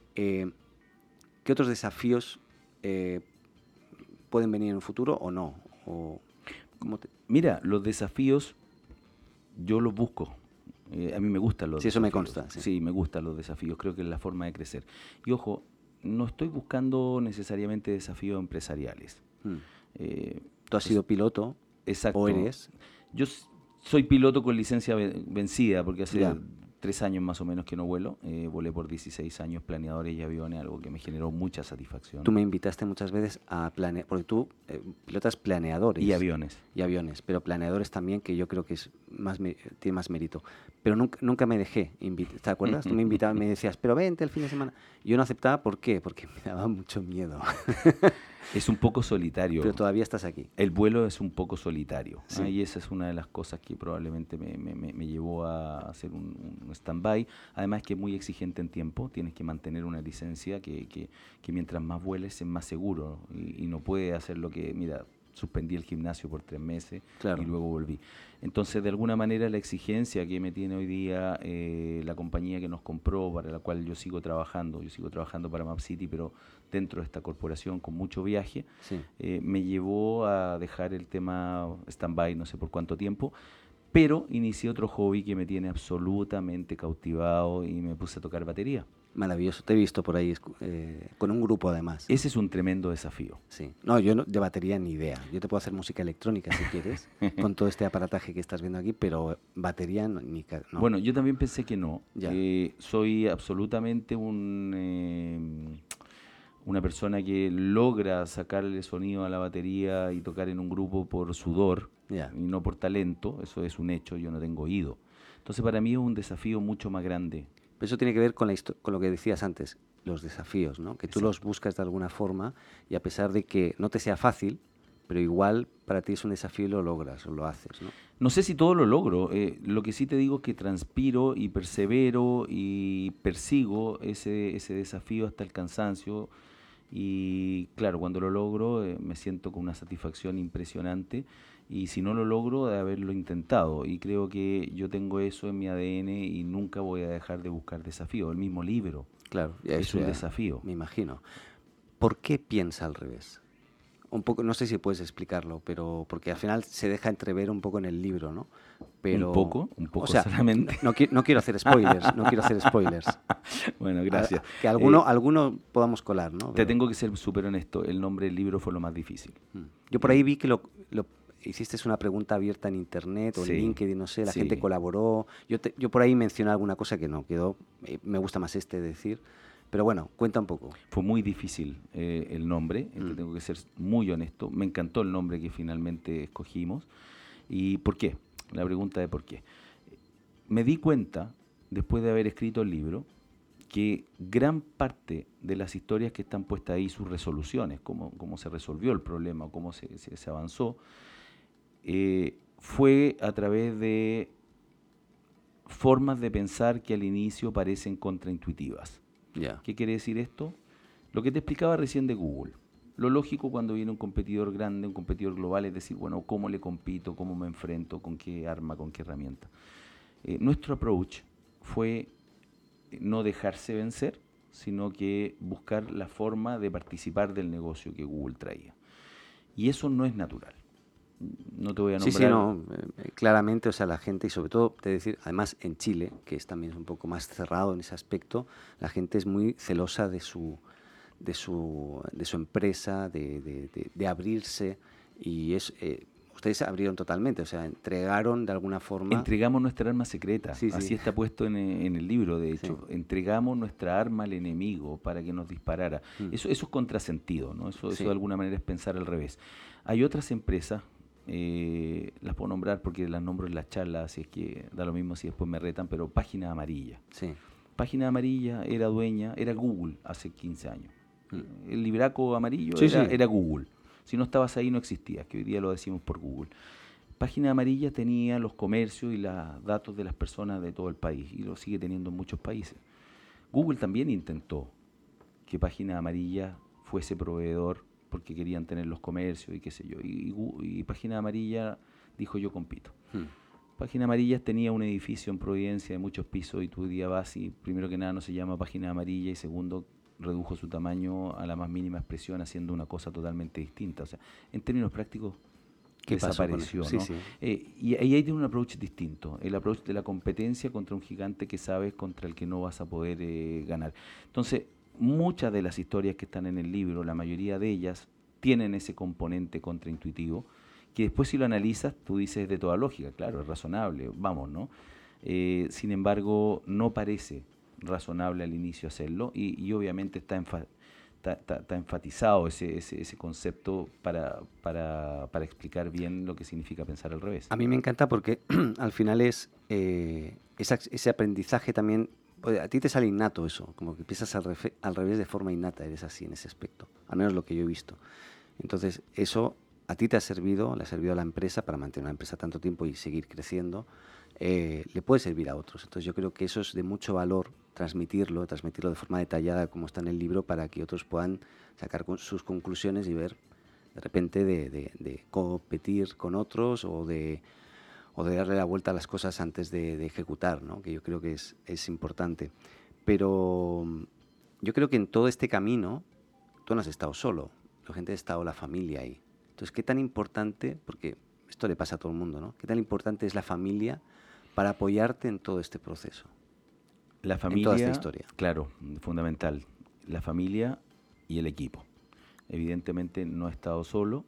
¿Qué otros desafíos pueden venir en un futuro o no? O, Mira, los desafíos yo los busco. A mí me gustan los Sí, eso me desafíos. consta, sí. Sí, me gustan los desafíos. Creo que es la forma de crecer. Y ojo, no estoy buscando necesariamente desafíos empresariales. Tú has sido piloto, Exacto. o eres. Yo soy piloto con licencia vencida, porque hace Ya. 3 años más o menos que no vuelo. Volé por 16 años planeadores y aviones, algo que me generó mucha satisfacción. Tú me invitaste muchas veces a planear, porque tú pilotas planeadores. Y aviones. Y aviones, pero planeadores también, que yo creo que es tiene más mérito. Pero nunca me dejé invitar, ¿te acuerdas? Tú me invitabas, me decías, pero vente el fin de semana. Yo no aceptaba, ¿por qué? Porque me daba mucho miedo. Es un poco solitario. Pero todavía estás aquí. El vuelo es un poco solitario. Sí. Y esa es una de las cosas que probablemente me llevó a hacer un stand-by. Además que es muy exigente en tiempo. Tienes que mantener una licencia que mientras más vueles es más seguro. Y no puedes hacer lo que, mira, suspendí el gimnasio por 3 meses Claro. y luego volví. Entonces, de alguna manera, la exigencia que me tiene hoy día la compañía que nos compró, para la cual yo sigo trabajando para Map City, pero dentro de esta corporación con mucho viaje, Sí. me llevó a dejar el tema stand-by no sé por cuánto tiempo, pero inicié otro hobby que me tiene absolutamente cautivado y me puse a tocar batería. Maravilloso. Te he visto por ahí con un grupo además. Ese es un tremendo desafío. Sí. No, yo de batería ni idea. Yo te puedo hacer música electrónica si quieres, con todo este aparataje que estás viendo aquí, pero batería no. Bueno, yo también pensé que no. Ya. Soy absolutamente una persona que logra sacarle sonido a la batería y tocar en un grupo por sudor Ya. y no por talento. Eso es un hecho, yo no tengo oído. Entonces para mí es un desafío mucho más grande. Pero eso tiene que ver con lo que decías antes, los desafíos, ¿no? Que tú los buscas de alguna forma y a pesar de que no te sea fácil, pero igual para ti es un desafío y lo logras o lo haces, ¿no? No sé si todo lo logro. Lo que sí te digo es que transpiro y persevero y persigo ese desafío hasta el cansancio. Y claro, cuando lo logro me siento con una satisfacción impresionante. Y si no lo logro, de haberlo intentado. Y creo que yo tengo eso en mi ADN y nunca voy a dejar de buscar desafíos. El mismo libro Claro, ya es eso un ya desafío. me imagino. ¿Por qué piensa al revés? Un poco, no sé si puedes explicarlo, pero porque al final se deja entrever un poco en el libro, ¿no? Pero, un poco o sea, solamente. No quiero hacer spoilers, no quiero hacer spoilers. Bueno, gracias. Que alguno podamos colar, ¿no? Te Pero- tengo que ser súper honesto. El nombre del libro fue lo más difícil. Yo por ahí vi que hiciste una pregunta abierta en internet o Sí, en LinkedIn, no sé, la sí. gente colaboró. Yo por ahí mencioné alguna cosa que no quedó, me gusta más decir. Pero bueno, cuenta un poco. Fue muy difícil el nombre, te tengo que ser muy honesto. Me encantó el nombre que finalmente escogimos. ¿Y por qué? La pregunta de por qué. Me di cuenta, después de haber escrito el libro, que gran parte de las historias que están puestas ahí, sus resoluciones, cómo se resolvió el problema, cómo se avanzó, fue a través de formas de pensar que al inicio parecen contraintuitivas. Ya. ¿Qué quiere decir esto? Lo que te explicaba recién de Google. Lo lógico cuando viene un competidor grande, un competidor global, es decir, bueno, ¿cómo le compito? ¿Cómo me enfrento? ¿Con qué arma? ¿Con qué herramienta? Nuestro approach fue no dejarse vencer, sino que buscar la forma de participar del negocio que Google traía. Y eso no es natural. No te voy a nombrar... Sí, no, claramente, o sea, la gente, y sobre todo, te decir, además en Chile, que es también un poco más cerrado en ese aspecto, la gente es muy celosa de su empresa, de abrirse, y ustedes abrieron totalmente, o sea, entregaron de alguna forma... Entregamos nuestra arma secreta, Sí, sí. así está puesto en el libro, de hecho. Sí. Entregamos nuestra arma al enemigo para que nos disparara. Eso es contrasentido, ¿no? Eso Sí. de alguna manera es pensar al revés. Hay otras empresas, las puedo nombrar porque las nombro en las charlas, así es que da lo mismo si después me retan, pero Página Amarilla. Sí. Página Amarilla era Google hace 15 años. El libraco amarillo Sí, era Google. Si no estabas ahí no existías, que hoy día lo decimos por Google. Página Amarilla tenía los comercios y los datos de las personas de todo el país, y lo sigue teniendo en muchos países. Google también intentó que Página Amarilla fuese proveedor porque querían tener los comercios y qué sé yo. Y Página Amarilla dijo: yo compito. Página Amarilla tenía un edificio en Providencia de muchos pisos, y tú hoy día vas y primero que nada no se llama Página Amarilla, y segundo redujo su tamaño a la más mínima expresión haciendo una cosa totalmente distinta. O sea, en términos prácticos ¿Qué pasó con desapareció, eso? ¿no? Sí, sí. Y ahí tiene un approach distinto, el approach de la competencia contra un gigante que sabes contra el que no vas a poder ganar. Entonces, muchas de las historias que están en el libro, la mayoría de ellas, tienen ese componente contraintuitivo, que después si lo analizas, tú dices de toda lógica, claro, es razonable, vamos, ¿no? Sin embargo, no parece razonable al inicio hacerlo, y obviamente está enfatizado ese concepto para explicar bien lo que significa pensar al revés. A mí me encanta porque al final es ese aprendizaje también, a ti te sale innato eso, como que empiezas al revés de forma innata, eres así en ese aspecto, al menos lo que yo he visto. Entonces eso a ti te ha servido, le ha servido a la empresa para mantener una empresa tanto tiempo y seguir creciendo, le puede servir a otros. Entonces yo creo que eso es de mucho valor, transmitirlo de forma detallada como está en el libro, para que otros puedan sacar sus conclusiones y ver de repente de competir con otros o de darle la vuelta a las cosas antes de ejecutar, ¿no? Que yo creo que es importante. Pero yo creo que en todo este camino tú no has estado solo, la gente ha estado, la familia ahí. Entonces, ¿qué tan importante, porque esto le pasa a todo el mundo, ¿no? ¿Qué tan importante es la familia para apoyarte en todo este proceso? La familia, en toda esta historia. Claro, fundamental. La familia y el equipo. Evidentemente no he estado solo.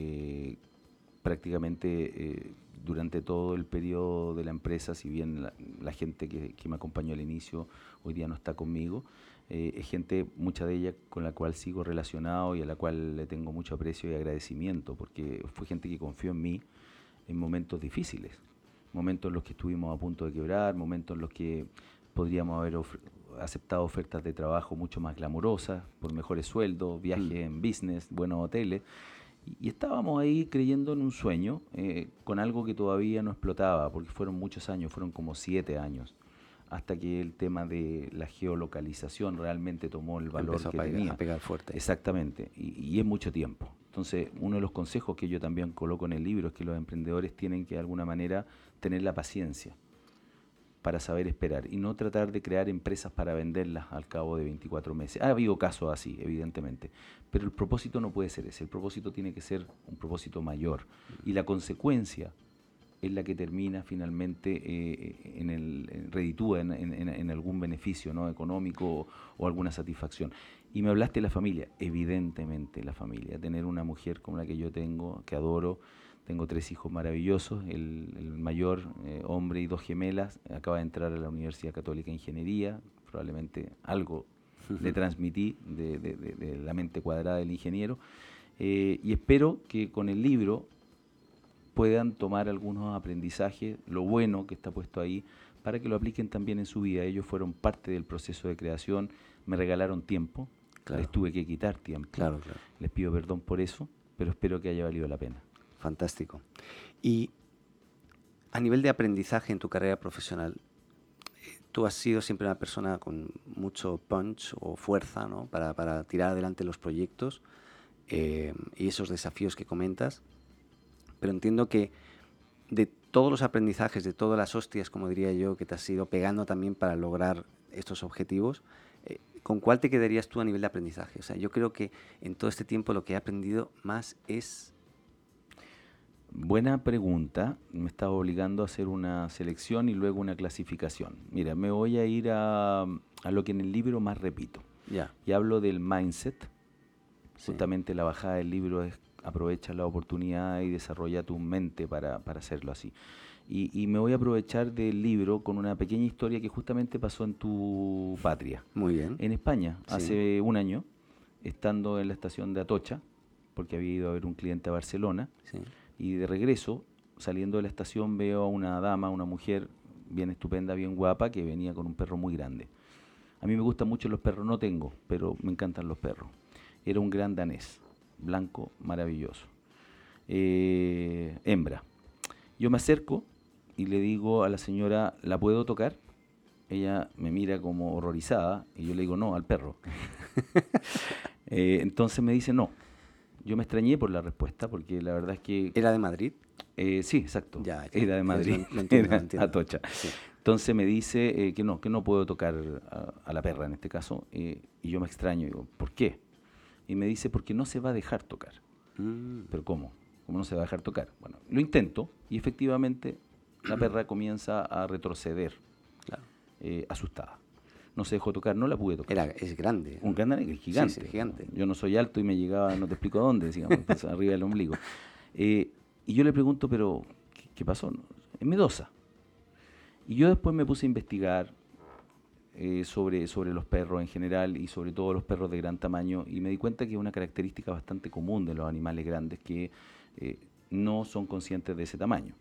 Prácticamente durante todo el periodo de la empresa, si bien la gente que me acompañó al inicio hoy día no está conmigo, es gente, mucha de ella con la cual sigo relacionado y a la cual le tengo mucho aprecio y agradecimiento, porque fue gente que confió en mí en momentos difíciles, momentos en los que estuvimos a punto de quebrar, momentos en los que podríamos haber aceptado ofertas de trabajo mucho más glamurosas, por mejores sueldos, viajes en business, buenos hoteles, y estábamos ahí creyendo en un sueño, con algo que todavía no explotaba, porque fueron muchos años, fueron como 7 años, hasta que el tema de la geolocalización realmente tomó el valor empezó que a tenía. A pegar fuerte. Exactamente, y es mucho tiempo. Entonces, uno de los consejos que yo también coloco en el libro es que los emprendedores tienen que de alguna manera tener la paciencia para saber esperar y no tratar de crear empresas para venderlas al cabo de 24 meses. Ha habido casos así, evidentemente, pero el propósito no puede ser ese. El propósito tiene que ser un propósito mayor, y la consecuencia es la que termina finalmente reditúa en algún beneficio, ¿no?, económico o alguna satisfacción. Y me hablaste de la familia. Evidentemente la familia. Tener una mujer como la que yo tengo, que adoro. Tengo 3 hijos maravillosos. El mayor, hombre, y 2 gemelas. Acaba de entrar a la Universidad Católica de Ingeniería. Probablemente algo le transmití de la mente cuadrada del ingeniero. Y espero que con el libro puedan tomar algunos aprendizajes, lo bueno que está puesto ahí, para que lo apliquen también en su vida. Ellos fueron parte del proceso de creación, me regalaron tiempo, Claro. les tuve que quitar tiempo. Claro, claro. Les pido perdón por eso, pero espero que haya valido la pena. Fantástico. Y a nivel de aprendizaje en tu carrera profesional, tú has sido siempre una persona con mucho punch o fuerza, ¿no?, para tirar adelante los proyectos y esos desafíos que comentas. Pero entiendo que de todos los aprendizajes, de todas las hostias, como diría yo, que te has ido pegando también para lograr estos objetivos, ¿con cuál te quedarías tú a nivel de aprendizaje? O sea, yo creo que en todo este tiempo lo que he aprendido más es... Buena pregunta. Me estaba obligando a hacer una selección y luego una clasificación. Mira, me voy a ir a lo que en el libro más repito. Ya. Y hablo del mindset. Sí. Justamente la bajada del libro es aprovecha la oportunidad y desarrolla tu mente para hacerlo así. Y me voy a aprovechar del libro con una pequeña historia que justamente pasó en tu patria. Muy bien. En España, Sí. hace un año, estando en la estación de Atocha, porque había ido a ver un cliente a Barcelona, Sí. y de regreso, saliendo de la estación, veo a una dama, una mujer bien estupenda, bien guapa, que venía con un perro muy grande. A mí me gustan mucho los perros, no tengo, pero me encantan los perros. Era un gran danés, blanco, maravilloso. Hembra. Yo me acerco y le digo a la señora, ¿la puedo tocar? Ella me mira como horrorizada y yo le digo, no, al perro. Entonces me dice, no. Yo me extrañé por la respuesta porque la verdad es que... ¿Era de Madrid? Sí, exacto. Ya, Era de Madrid. Lo entiendo, Era lo entiendo. Atocha. Sí. Entonces me dice que no puedo tocar a la perra en este caso. Y yo me extraño, digo, ¿por qué? Y me dice, porque no se va a dejar tocar. ¿Pero cómo? ¿Cómo no se va a dejar tocar? Bueno, lo intento y efectivamente la perra comienza a retroceder, Claro. asustada. No se dejó tocar, no la pude tocar. Es grande. Un gran danés gigante. Sí, gigante. Yo no soy alto y me llegaba, no te explico a dónde, digamos, pues, arriba del ombligo. Y yo le pregunto, pero, ¿qué pasó? Es miedosa. Y yo después me puse a investigar sobre los perros en general y sobre todo los perros de gran tamaño y me di cuenta que es una característica bastante común de los animales grandes que no son conscientes de ese tamaño.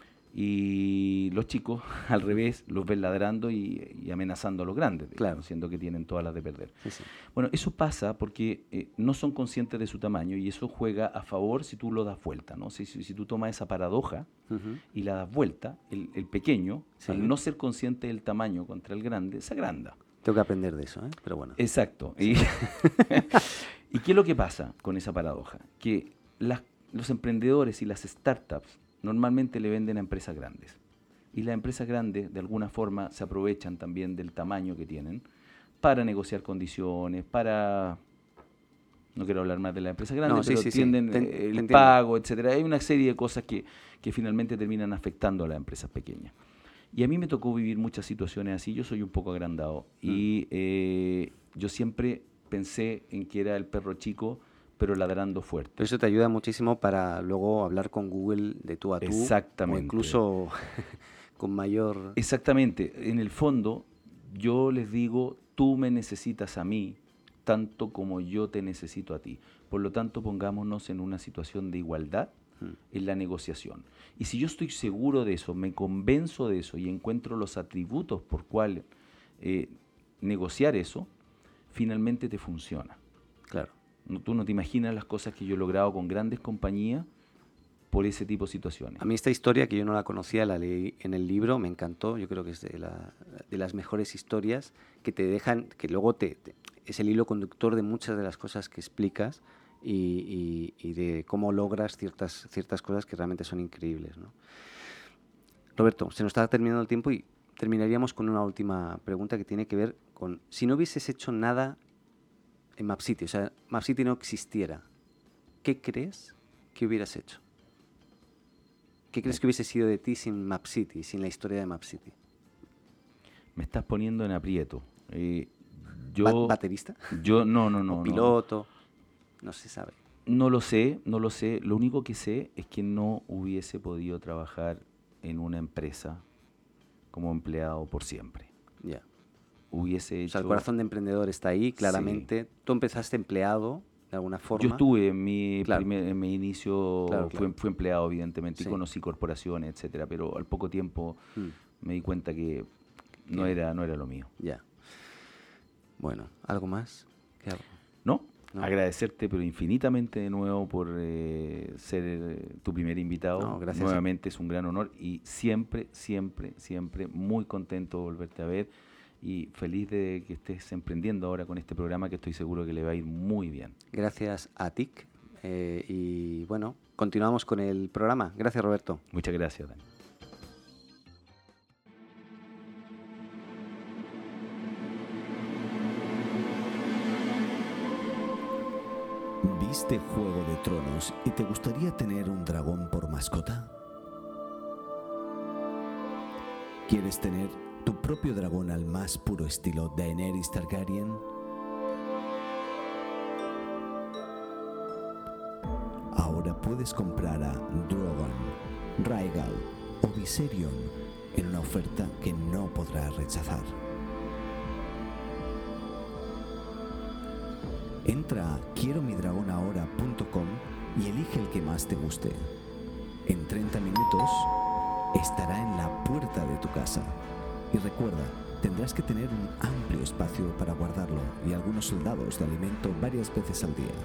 Y los chicos, al revés, los ven ladrando y amenazando a los grandes, digamos, Claro. siendo que tienen todas las de perder. Sí, sí. Bueno, eso pasa porque no son conscientes de su tamaño y eso juega a favor si tú lo das vuelta, ¿no? Si tú tomas esa paradoja Ujú. y la das vuelta, el pequeño, Sí. al no ser consciente del tamaño contra el grande, se agranda. Tengo que aprender de eso, ¿eh? Pero bueno. Exacto. ¿Y qué es lo que pasa con esa paradoja? Que los emprendedores y las startups normalmente le venden a empresas grandes. Y las empresas grandes, de alguna forma, se aprovechan también del tamaño que tienen para negociar condiciones, para... No quiero hablar más de las empresas grandes, No, sí, pero sí, sí. tienden Te el entiendo. pago, etcétera. Hay una serie de cosas que finalmente terminan afectando a las empresas pequeñas. Y a mí me tocó vivir muchas situaciones así. Yo soy un poco agrandado. Y yo siempre pensé en que era el perro chico, pero ladrando fuerte. Pero eso te ayuda muchísimo para luego hablar con Google de tú a tú. Exactamente. O incluso con mayor... Exactamente. En el fondo, yo les digo, tú me necesitas a mí tanto como yo te necesito a ti. Por lo tanto, pongámonos en una situación de igualdad en la negociación. Y si yo estoy seguro de eso, me convenzo de eso y encuentro los atributos por cuales negociar eso, finalmente te funciona. Claro. Tú no te imaginas las cosas que yo he logrado con grandes compañías por ese tipo de situaciones. A mí esta historia, que yo no la conocía, la leí en el libro, me encantó. Yo creo que es de las mejores historias que te dejan, que luego es el hilo conductor de muchas de las cosas que explicas y de cómo logras ciertas cosas que realmente son increíbles, ¿no? Roberto, se nos está terminando el tiempo y terminaríamos con una última pregunta que tiene que ver con si no hubieses hecho nada en MapCity, o sea, MapCity no existiera, ¿qué crees que hubieras hecho? ¿Qué crees que hubiese sido de ti sin MapCity, sin la historia de MapCity? Me estás poniendo en aprieto. ¿Baterista? Yo no. ¿O piloto? No se sabe. No lo sé. Lo único que sé es que no hubiese podido trabajar en una empresa como empleado por siempre. Ya. Hubiese hecho... O sea, el corazón de emprendedor está ahí, claramente. Sí. Tú empezaste empleado, de alguna forma. Yo estuve en mi, Claro. en mi inicio, Claro. Fui empleado evidentemente Sí. y conocí corporaciones, etcétera, pero al poco tiempo Mm, me di cuenta que no era lo mío. ya. Bueno, ¿algo más? ¿No? No. Agradecerte, pero infinitamente de nuevo por ser tu primer invitado. No, gracias. Nuevamente es un gran honor y siempre muy contento de volverte a ver y feliz de que estés emprendiendo ahora con este programa que estoy seguro que le va a ir muy bien. Gracias a TIC. Y bueno, continuamos con el programa. Gracias, Roberto. Muchas gracias, Dani. ¿Viste Juego de Tronos y te gustaría tener un dragón por mascota? ¿Quieres tener tu propio dragón al más puro estilo Daenerys Targaryen? Ahora puedes comprar a Drogon, Rhaegal o Viserion en una oferta que no podrás rechazar. Entra a quieromidragonahora.com y elige el que más te guste. En 30 minutos estará en la puerta de tu casa. Y recuerda, tendrás que tener un amplio espacio para guardarlo y algunos soldados de alimento varias veces al día.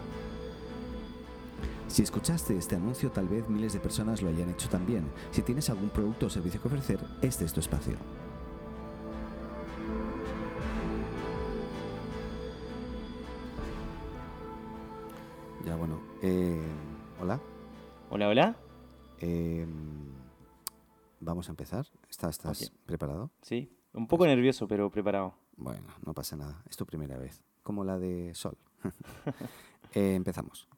Si escuchaste este anuncio, tal vez miles de personas lo hayan hecho también. Si tienes algún producto o servicio que ofrecer, este es tu espacio. Ya, bueno. Hola. Hola, hola. Vamos a empezar. ¿Estás Ok. preparado? Sí, un poco nervioso, pero preparado. Bueno, no pasa nada. Es tu primera vez. Como la de Sol. Empezamos.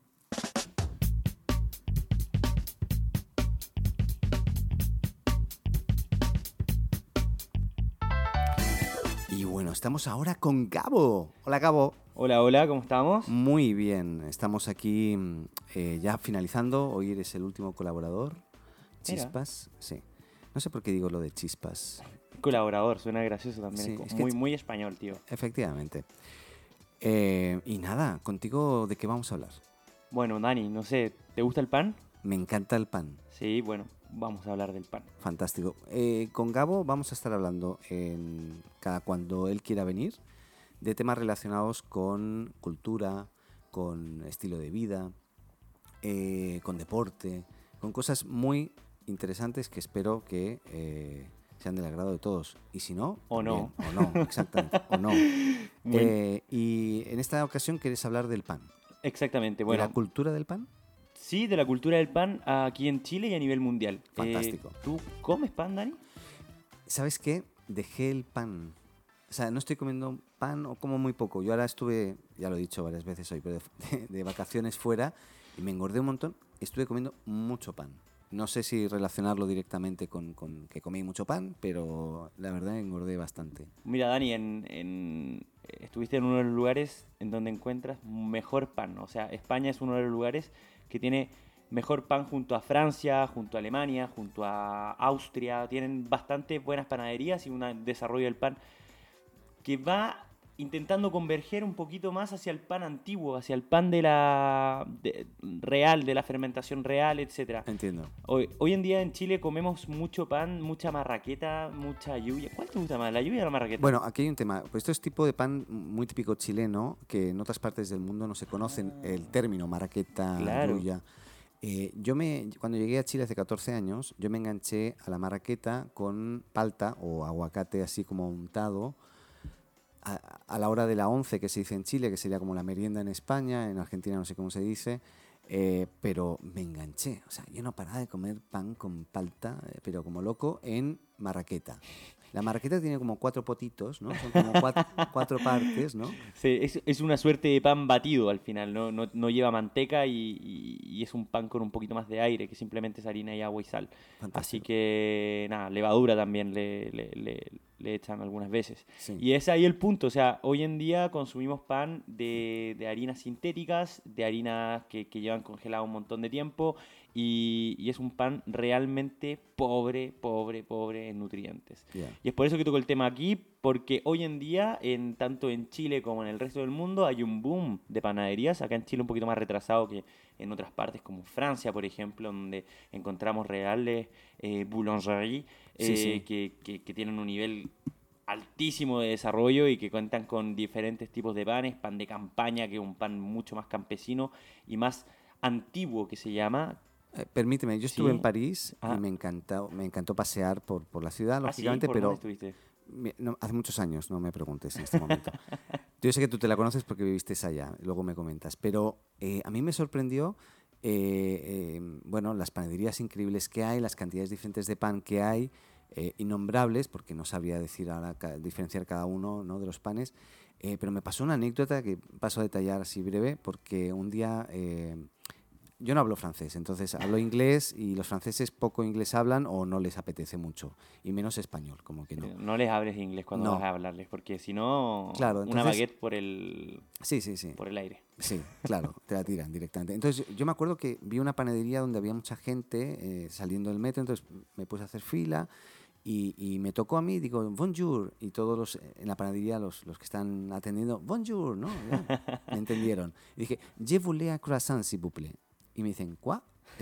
Y bueno, estamos ahora con Gabo. Hola, Gabo. Hola, hola, ¿cómo estamos? Muy bien. Estamos aquí ya finalizando. Hoy eres el último colaborador. Chispas. Sí. No sé por qué digo lo de chispas. Colaborador, suena gracioso también. Sí, es es que muy español, tío. Efectivamente. Y nada, contigo, ¿de qué vamos a hablar? Bueno, Dani, no sé, ¿te gusta el pan? Me encanta el pan. Sí, bueno, vamos a hablar del pan. Fantástico. Con Gabo vamos a estar hablando cada cuando él quiera venir de temas relacionados con cultura, con estilo de vida, con deporte, con cosas muy interesantes que espero que sean del agrado de todos. Y si no, O no. bien, o no, exactamente, o no. Y en esta ocasión quieres hablar del pan. Exactamente, ¿De bueno. la cultura del pan? Sí, de la cultura del pan aquí en Chile y a nivel mundial. Fantástico. ¿Tú comes pan, Dani? ¿Sabes qué? Dejé el pan. O sea, no estoy comiendo pan o como muy poco. Yo ahora estuve, ya lo he dicho varias veces hoy, pero de vacaciones fuera y me engordé un montón. Estuve comiendo mucho pan. No sé si relacionarlo directamente con que comí mucho pan, pero la verdad engordé bastante. Mira, Dani, estuviste en uno de los lugares en donde encuentras mejor pan. O sea, España es uno de los lugares que tiene mejor pan junto a Francia, junto a Alemania, junto a Austria. Tienen bastante buenas panaderías y un desarrollo del pan que va intentando converger un poquito más hacia el pan antiguo, hacia el pan real, de la fermentación real, etc. Entiendo. Hoy en día en Chile comemos mucho pan, mucha marraqueta, mucha lluvia. ¿Cuál te gusta más, la lluvia o la marraqueta? Bueno, aquí hay un tema. Pues esto es tipo de pan muy típico chileno, que en otras partes del mundo no se conocen el término marraqueta, Claro. grulla. Cuando llegué a Chile hace 14 años, yo me enganché a la marraqueta con palta o aguacate así como untado a la hora de la 11 que se dice en Chile, que sería como la merienda en España, en Argentina no sé cómo se dice, pero me enganché. O sea, yo no paraba de comer pan con palta, pero como loco, en marraqueta. La marraqueta tiene como 4 potitos, ¿no? Son como 4 partes, ¿no? Sí, es una suerte de pan batido al final, no lleva manteca y es un pan con un poquito más de aire, que simplemente es harina y agua y sal. Así Fantástico. que, nada, levadura también le echan algunas veces. Sí. Y es ahí el punto, o sea, hoy en día consumimos pan de harinas sintéticas, de harinas que llevan congelado un montón de tiempo y es un pan realmente pobre en nutrientes. Yeah. Y es por eso que toco el tema aquí, porque hoy en día, tanto en Chile como en el resto del mundo, hay un boom de panaderías. Acá en Chile un poquito más retrasado que en otras partes, como Francia, por ejemplo, donde encontramos reales boulangeries Sí. que tienen un nivel altísimo de desarrollo y que cuentan con diferentes tipos de panes, pan de campaña, que es un pan mucho más campesino y más antiguo, que se llama. Permíteme, yo estuve Sí. en París Ah. y me encantó pasear por la ciudad, ¿Ah, sí? lógicamente, ¿Por pero dónde estuviste? hace muchos años, no me preguntes en este momento. Yo sé que tú te la conoces porque viviste allá, luego me comentas, pero a mí me sorprendió, bueno, las panaderías increíbles que hay, las cantidades diferentes de pan que hay, innombrables, porque no sabría decir ahora diferenciar cada uno, ¿no?, de los panes, pero me pasó una anécdota que paso a detallar así breve, porque un día yo no hablo francés, entonces hablo inglés y los franceses poco inglés hablan o no les apetece mucho, y menos español, como que no. No les hables inglés cuando No. vas a hablarles, porque si no, Claro, una entonces- baguette por el Sí. aire. Sí, claro, te la tiran directamente. Entonces yo me acuerdo que vi una panadería donde había mucha gente saliendo del metro, entonces me puse a hacer fila y me tocó a mí, digo, bonjour, y todos los en la panadería, los que están atendiendo, bonjour, ¿no? Ya, me entendieron. Y dije, je voulais un croissant, s'il vous plaît. Y me dicen, ¿quoi?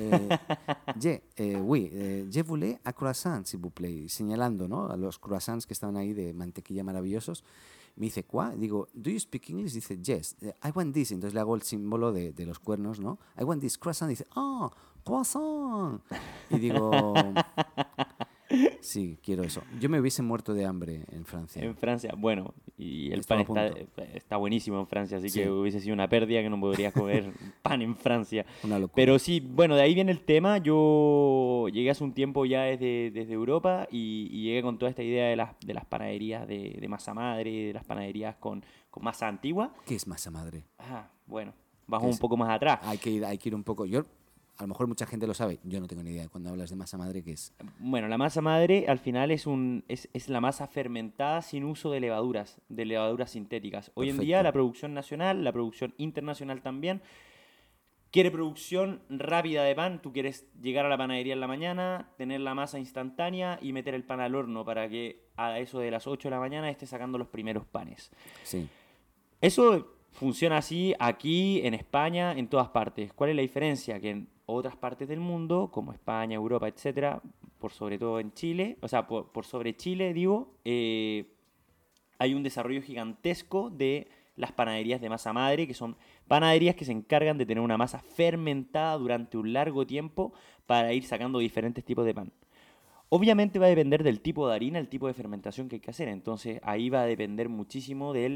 Je voulais un croissant, s'il vous plaît, señalando, ¿no? A los croissants que estaban ahí de mantequilla maravillosos. Me dice, ¿cuá? Digo, ¿do you speak English? Dice, yes, I want this. Entonces le hago el símbolo de los cuernos, ¿no? I want this croissant. Dice, croissant. Y digo, sí, quiero eso. Yo me hubiese muerto de hambre en Francia. En Francia, bueno, y el Estaba pan a está buenísimo en Francia, así Sí. que hubiese sido una pérdida que no podrías comer pan en Francia. Una locura. Pero sí, bueno, de ahí viene el tema. Yo llegué hace un tiempo ya desde Europa y llegué con toda esta idea de las panaderías de masa madre, de las panaderías con masa antigua. ¿Qué es masa madre? Bueno, ¿Qué vamos es? un poco más atrás. Hay que ir un poco. Yo, a lo mejor mucha gente lo sabe. Yo no tengo ni idea. Cuando hablas de masa madre, ¿qué es? Bueno, la masa madre al final es la masa fermentada sin uso de levaduras sintéticas. Hoy en día Perfecto. la producción nacional, la producción internacional también, quiere producción rápida de pan. Tú quieres llegar a la panadería en la mañana, tener la masa instantánea y meter el pan al horno para que a eso de las 8 de la mañana esté sacando los primeros panes. Sí. Eso funciona así aquí, en España, en todas partes. ¿Cuál es la diferencia? Que en otras partes del mundo, como España, Europa, etcétera, por sobre todo en Chile, o sea, por sobre Chile, digo, hay un desarrollo gigantesco de las panaderías de masa madre, que son panaderías que se encargan de tener una masa fermentada durante un largo tiempo para ir sacando diferentes tipos de pan. Obviamente va a depender del tipo de harina, el tipo de fermentación que hay que hacer. Entonces ahí va a depender muchísimo de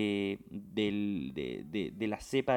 la cepa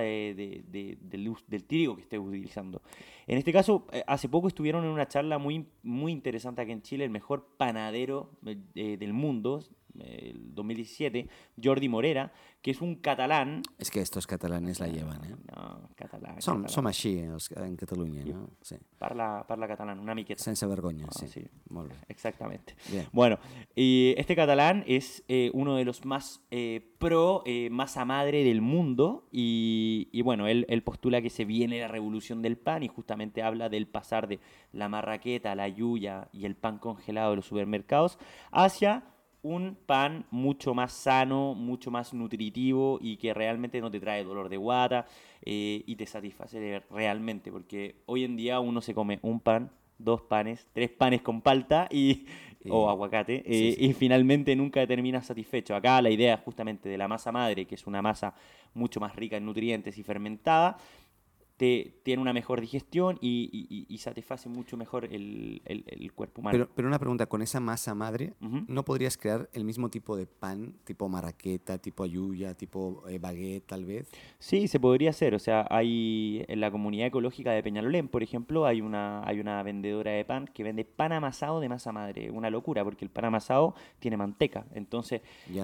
del trigo que estés utilizando. En este caso, hace poco estuvieron en una charla muy, muy interesante aquí en Chile, el mejor panadero del mundo, el 2017, Jordi Morera, que es un catalán. Es que estos catalanes la llevan, ¿eh? No, catalán. Som catalán. així en Catalunya, no? Sí. Parla catalán, una miqueta. Sense vergonya, Ah, sí. sí. Molt bé. Exactamente. Bien. Bueno, y este catalán es uno de los más pro masa madre del mundo y bueno, él postula que se viene la revolución del pan y justamente habla del pasar de la marraqueta, la yuya y el pan congelado de los supermercados hacia un pan mucho más sano, mucho más nutritivo y que realmente no te trae dolor de guata y te satisface realmente, porque hoy en día uno se come un pan, 2 panes, 3 panes con palta o aguacate sí. y finalmente nunca terminas satisfecho. Acá la idea justamente de la masa madre, que es una masa mucho más rica en nutrientes y fermentada, tiene una mejor digestión y satisface mucho mejor el cuerpo humano. Pero una pregunta, con esa masa madre, Ujú. ¿no podrías crear el mismo tipo de pan, tipo marraqueta, tipo ayuya, tipo baguette, tal vez? Sí, se podría hacer. O sea, hay en la comunidad ecológica de Peñalolén, por ejemplo, hay una vendedora de pan que vende pan amasado de masa madre. Una locura, porque el pan amasado tiene manteca. Entonces, Ya.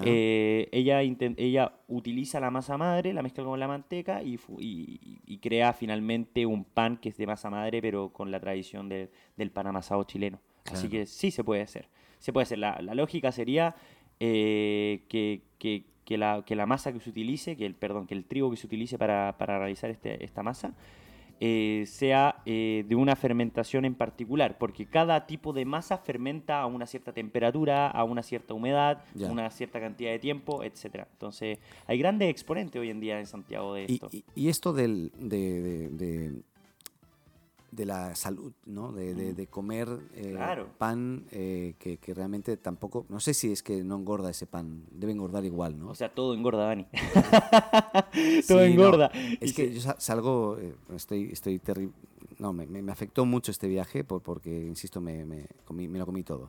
ella utiliza la masa madre, la mezcla con la manteca y crea finalmente un pan que es de masa madre, pero con la tradición del pan amasado chileno. Así Claro. que sí se puede hacer. Se puede hacer. La lógica sería que la masa que se utilice, que el trigo que se utilice para realizar esta masa, sea de una fermentación en particular, porque cada tipo de masa fermenta a una cierta temperatura, a una cierta humedad, Ya. una cierta cantidad de tiempo, etcétera. Entonces, hay grandes exponentes hoy en día en Santiago de esto. Y esto de la salud, ¿no? De comer Claro. pan que realmente tampoco... No sé si es que no engorda ese pan. Debe engordar igual, ¿no? O sea, todo engorda, Dani. Sí, Todo engorda. Es que yo salgo, estoy terrible. No, me afectó mucho este viaje porque, insisto, me lo comí todo.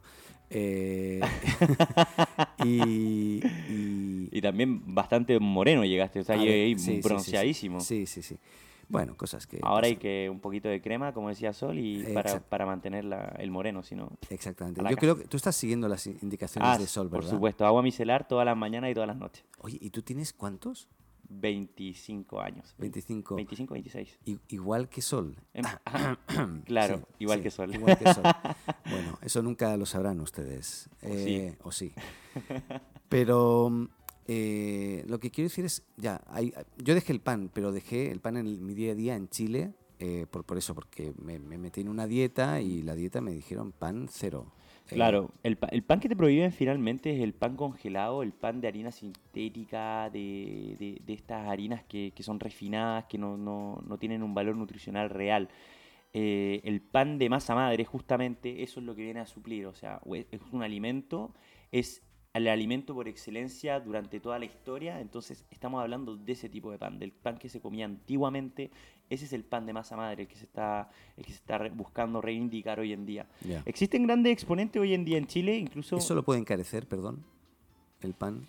Y Y también bastante moreno llegaste, o sea, a ver, llegué ahí sí, sí, bronceadísimo. Sí. Bueno, cosas que... Ahora hay pasan. que un poquito de crema, como decía Sol, y Exacto. para mantener el moreno, si no... Exactamente. a la Yo casa. creo que tú estás siguiendo las indicaciones de Sol, por ¿verdad? supuesto, agua micelar todas las mañanas y todas las noches. Oye, ¿y tú tienes cuántos? 25 años. 25. 25, 26. Igual que Sol. Claro, Sí, igual sí, que Sol. igual que Sol. Bueno, eso nunca lo sabrán ustedes. O sí. Pero lo que quiero decir es, yo dejé el pan, pero dejé el pan en mi día a día en Chile, por eso, porque me metí en una dieta y la dieta me dijeron pan cero. Claro, el pan que te prohíben finalmente es el pan congelado, el pan de harina sintética, de estas harinas que son refinadas, que no tienen un valor nutricional real. El pan de masa madre, justamente, eso es lo que viene a suplir. O sea, es un alimento, es el alimento por excelencia durante toda la historia. Entonces, estamos hablando de ese tipo de pan, del pan que se comía antiguamente. Ese es el pan de masa madre, el que se está buscando reivindicar hoy en día. Yeah. Existen grandes exponentes hoy en día en Chile, incluso... ¿Eso lo puede encarecer, perdón, el pan?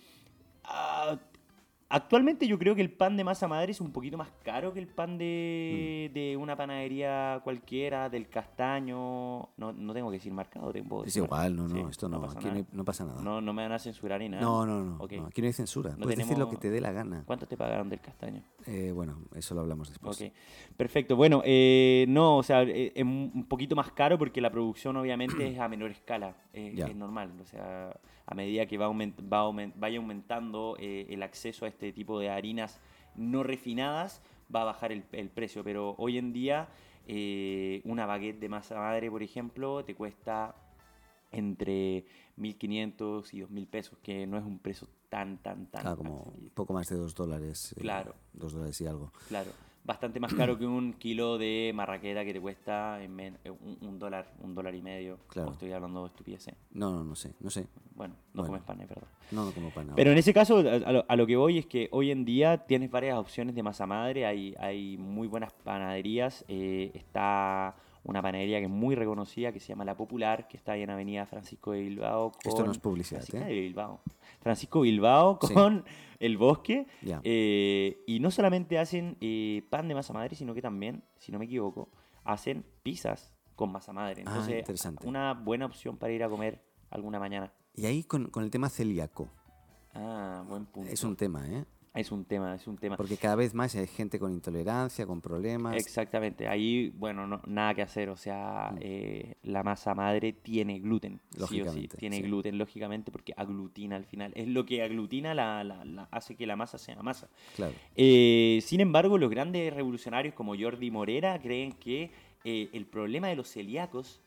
Actualmente yo creo que el pan de masa madre es un poquito más caro que el pan de una panadería cualquiera, del Castaño. No tengo que decir marcado, tengo Es igual, Sí, esto no, pasa aquí nada. no pasa nada. No me van a censurar ni nada. No, Ok. aquí no hay censura. No Puedes decir lo tenemos- que te dé la gana. ¿Cuánto te pagaron del Castaño? Bueno, eso lo hablamos después. Ok, perfecto. Bueno, no, o sea, es un poquito más caro porque la producción obviamente es a menor escala, Ya. es normal. O sea, a medida que vaya aumentando el acceso a este tipo de harinas no refinadas, va a bajar el precio. Pero hoy en día, una baguette de masa madre, por ejemplo, te cuesta entre 1.500 y 2.000 pesos, que no es un precio tan Como accesible. un poco más de $2. Claro. $2 y algo. Claro, bastante más caro que un kilo de marraqueta que te cuesta un dólar y medio. Claro. O estoy hablando de estupideces. No sé. Bueno, Bueno. no comes pan, es verdad. No como pan. Pero en ese caso, a lo que voy es que hoy en día tienes varias opciones de masa madre, hay muy buenas panaderías. Está una panadería que es muy reconocida, que se llama La Popular, que está ahí en Avenida Francisco de Bilbao. Esto no es publicidad, Francisco ¿eh? de Bilbao. Francisco Bilbao Sí. con El Bosque. Ya. Y no solamente hacen pan de masa madre, sino que también, si no me equivoco, hacen pizzas con masa madre. Entonces, interesante. una buena opción para ir a comer alguna mañana. Y ahí con el tema celíaco. Buen punto. Es un tema, ¿eh? Es un tema. Porque cada vez más hay gente con intolerancia, con problemas. Exactamente. Ahí, bueno, nada que hacer. O sea, la masa madre tiene gluten. Sí o sí. Lógicamente, Tiene sí. gluten, lógicamente, porque aglutina al final. Es lo que aglutina, hace que la masa sea masa. Claro. Sin embargo, los grandes revolucionarios como Jordi Morera creen que el problema de los celíacos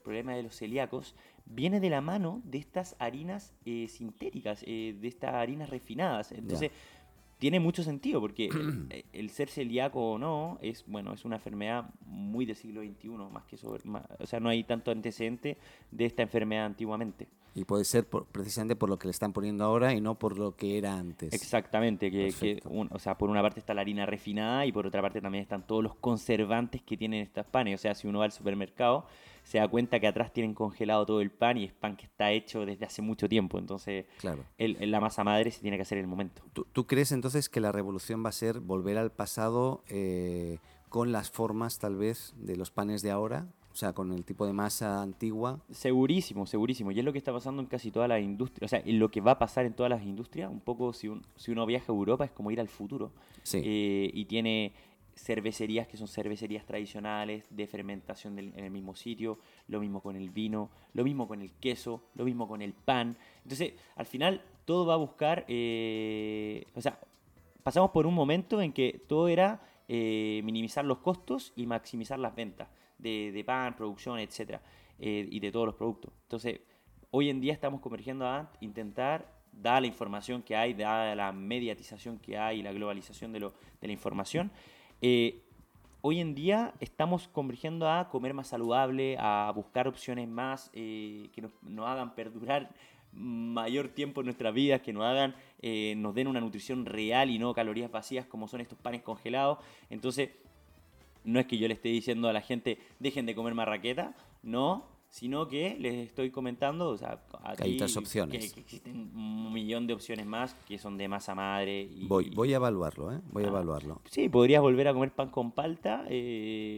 viene de la mano de estas harinas sintéticas, de estas harinas refinadas. Entonces, tiene mucho sentido porque el ser celíaco o no es una enfermedad muy del siglo XXI, o sea, no hay tanto antecedente de esta enfermedad antiguamente. Y puede ser precisamente por lo que le están poniendo ahora y no por lo que era antes. Exactamente, Perfecto. o sea, por una parte está la harina refinada y por otra parte también están todos los conservantes que tienen estos panes. O sea, si uno va al supermercado, se da cuenta que atrás tienen congelado todo el pan y es pan que está hecho desde hace mucho tiempo. Entonces, Claro. la masa madre se tiene que hacer en el momento. ¿Tú crees entonces que la revolución va a ser volver al pasado con las formas tal vez de los panes de ahora? O sea, con el tipo de masa antigua. Segurísimo. Y es lo que está pasando en casi todas las industrias. O sea, en lo que va a pasar en todas las industrias. Un poco, si uno viaja a Europa, es como ir al futuro. Sí. Y tiene cervecerías que son cervecerías tradicionales de fermentación en el mismo sitio. Lo mismo con el vino, lo mismo con el queso, lo mismo con el pan. Entonces, al final, todo va a buscar... o sea, pasamos por un momento en que todo era minimizar los costos y maximizar las ventas de pan, producción, etcétera, y de todos los productos. Entonces, hoy en día estamos convergiendo a intentar, dada la información que hay, dada la mediatización que hay y la globalización de la información, hoy en día estamos convergiendo a comer más saludable, a buscar opciones más que nos hagan perdurar mayor tiempo en nuestras vidas, que nos den una nutrición real y no calorías vacías como son estos panes congelados. Entonces, no es que yo le esté diciendo a la gente dejen de comer marraqueta, no, sino que les estoy comentando, o sea, Que hay otras opciones. que existen un millón de opciones más que son de masa madre. Voy a evaluarlo, ¿eh? Voy a evaluarlo. Sí, podrías volver a comer pan con palta,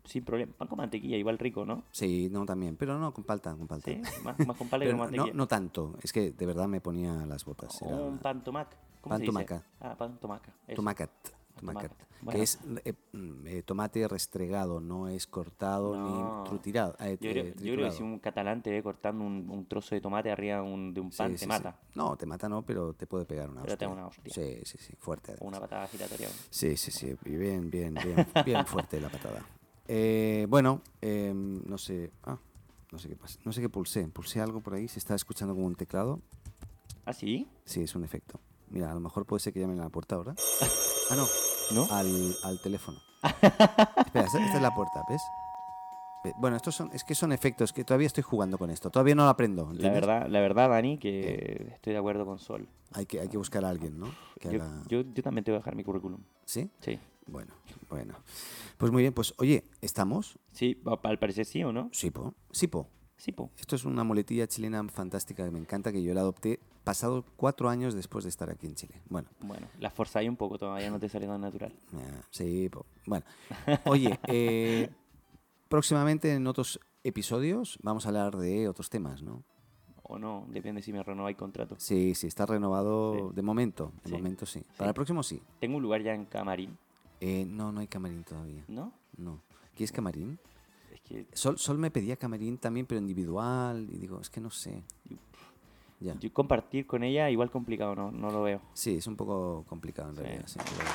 sin problema. Pan con mantequilla, igual rico, ¿no? Sí, no, también. Pero no, con palta, con palta. Sí, más con palta que Pero con mantequilla. no tanto. Es que de verdad me ponía las botas. O Era un pan tomac. ¿Cómo pan se dice? tomaca. Ah, pan tomaca. Eso. Tomacat. Tomacat. Que Bueno. es tomate restregado, no es cortado No. ni trutirado. Yo creo que si un catalán te ve cortando un trozo de tomate arriba de un pan, te mata. Sí. No, te mata no, pero te puede pegar una Pero te hostia. da una hostia. Sí, fuerte. O además. una patada giratoria. Sí, y bien fuerte la patada. Bueno, no sé qué pasa. No sé qué pulsé. Pulsé algo por ahí, se está escuchando como un teclado. ¿Ah, sí? Sí, es un efecto. Mira, a lo mejor puede ser que llamen a la puerta ahora. Ah, no. ¿No? Al teléfono. Espera, esta es la puerta, ¿ves? Bueno, es que son efectos que todavía estoy jugando con esto. Todavía no lo aprendo, ¿entiendes? La verdad, Dani, que estoy de acuerdo con Sol. Hay que buscar a alguien, ¿no? Que haga... Yo también te voy a dejar mi currículum. ¿Sí? Sí. Bueno. Pues muy bien, pues oye, ¿estamos? Sí, al parecer sí, ¿o no? Sipo. Sí, po. Esto es una muletilla chilena fantástica que me encanta, que yo la adopté pasado 4 años después de estar aquí en Chile. Bueno, La forzáis un poco, todavía no te sale tan natural. sí, bueno. Oye, próximamente en otros episodios vamos a hablar de otros temas, ¿no? O no, depende si me renováis contrato. Sí, está renovado Sí. de momento. De Sí. momento sí. Para el próximo sí. Tengo un lugar ya en Camarín, No hay camarín todavía. ¿no? No. ¿Quieres camarín? Es que Sol me pedía camarín también, pero individual. Y digo, es que no sé. Ya. yo compartir con ella igual complicado, no lo veo. Sí, es un poco complicado en Sí. realidad. Sí, pero-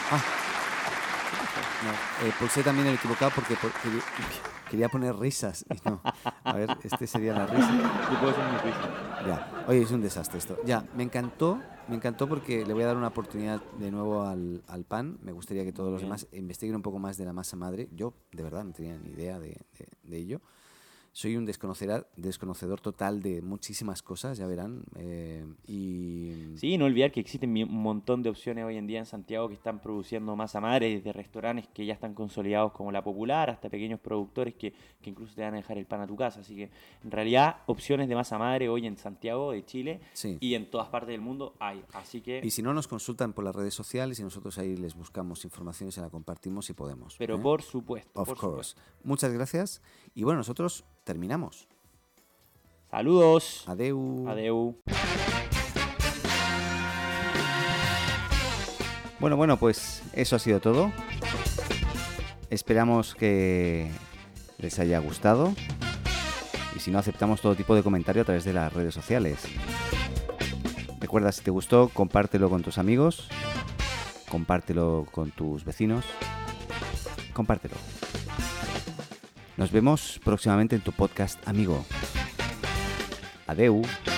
No, pulsé también el equivocado porque quería poner risas. Y no. A ver, este sería la risa. Yo puedo hacer mi risa. Ya. Oye, es un desastre esto. Ya, me encantó porque le voy a dar una oportunidad de nuevo al pan. Me gustaría que todos Muy los bien. demás investiguen un poco más de la masa madre. Yo, de verdad, no tenía ni idea de ello. Soy un desconocedor total de muchísimas cosas, ya verán. Y Sí, no olvidar que existen un montón de opciones hoy en día en Santiago que están produciendo masa madre, desde restaurantes que ya están consolidados como La Popular, hasta pequeños productores que incluso te van a dejar el pan a tu casa. Así que, en realidad, opciones de masa madre hoy en Santiago de Chile Sí. y en todas partes del mundo hay. Así que, Y si no, nos consultan por las redes sociales y nosotros ahí les buscamos información y se la compartimos si podemos. pero ¿eh? por supuesto. Of por course. supuesto. Muchas gracias. Y bueno, nosotros terminamos. Saludos. Adeu. Adeu. Bueno, pues eso ha sido todo. Esperamos que les haya gustado. Y si no, aceptamos todo tipo de comentario a través de las redes sociales. Recuerda, si te gustó, compártelo con tus amigos. Compártelo con tus vecinos. Compártelo. Nos vemos próximamente en tu podcast amigo. Adeu.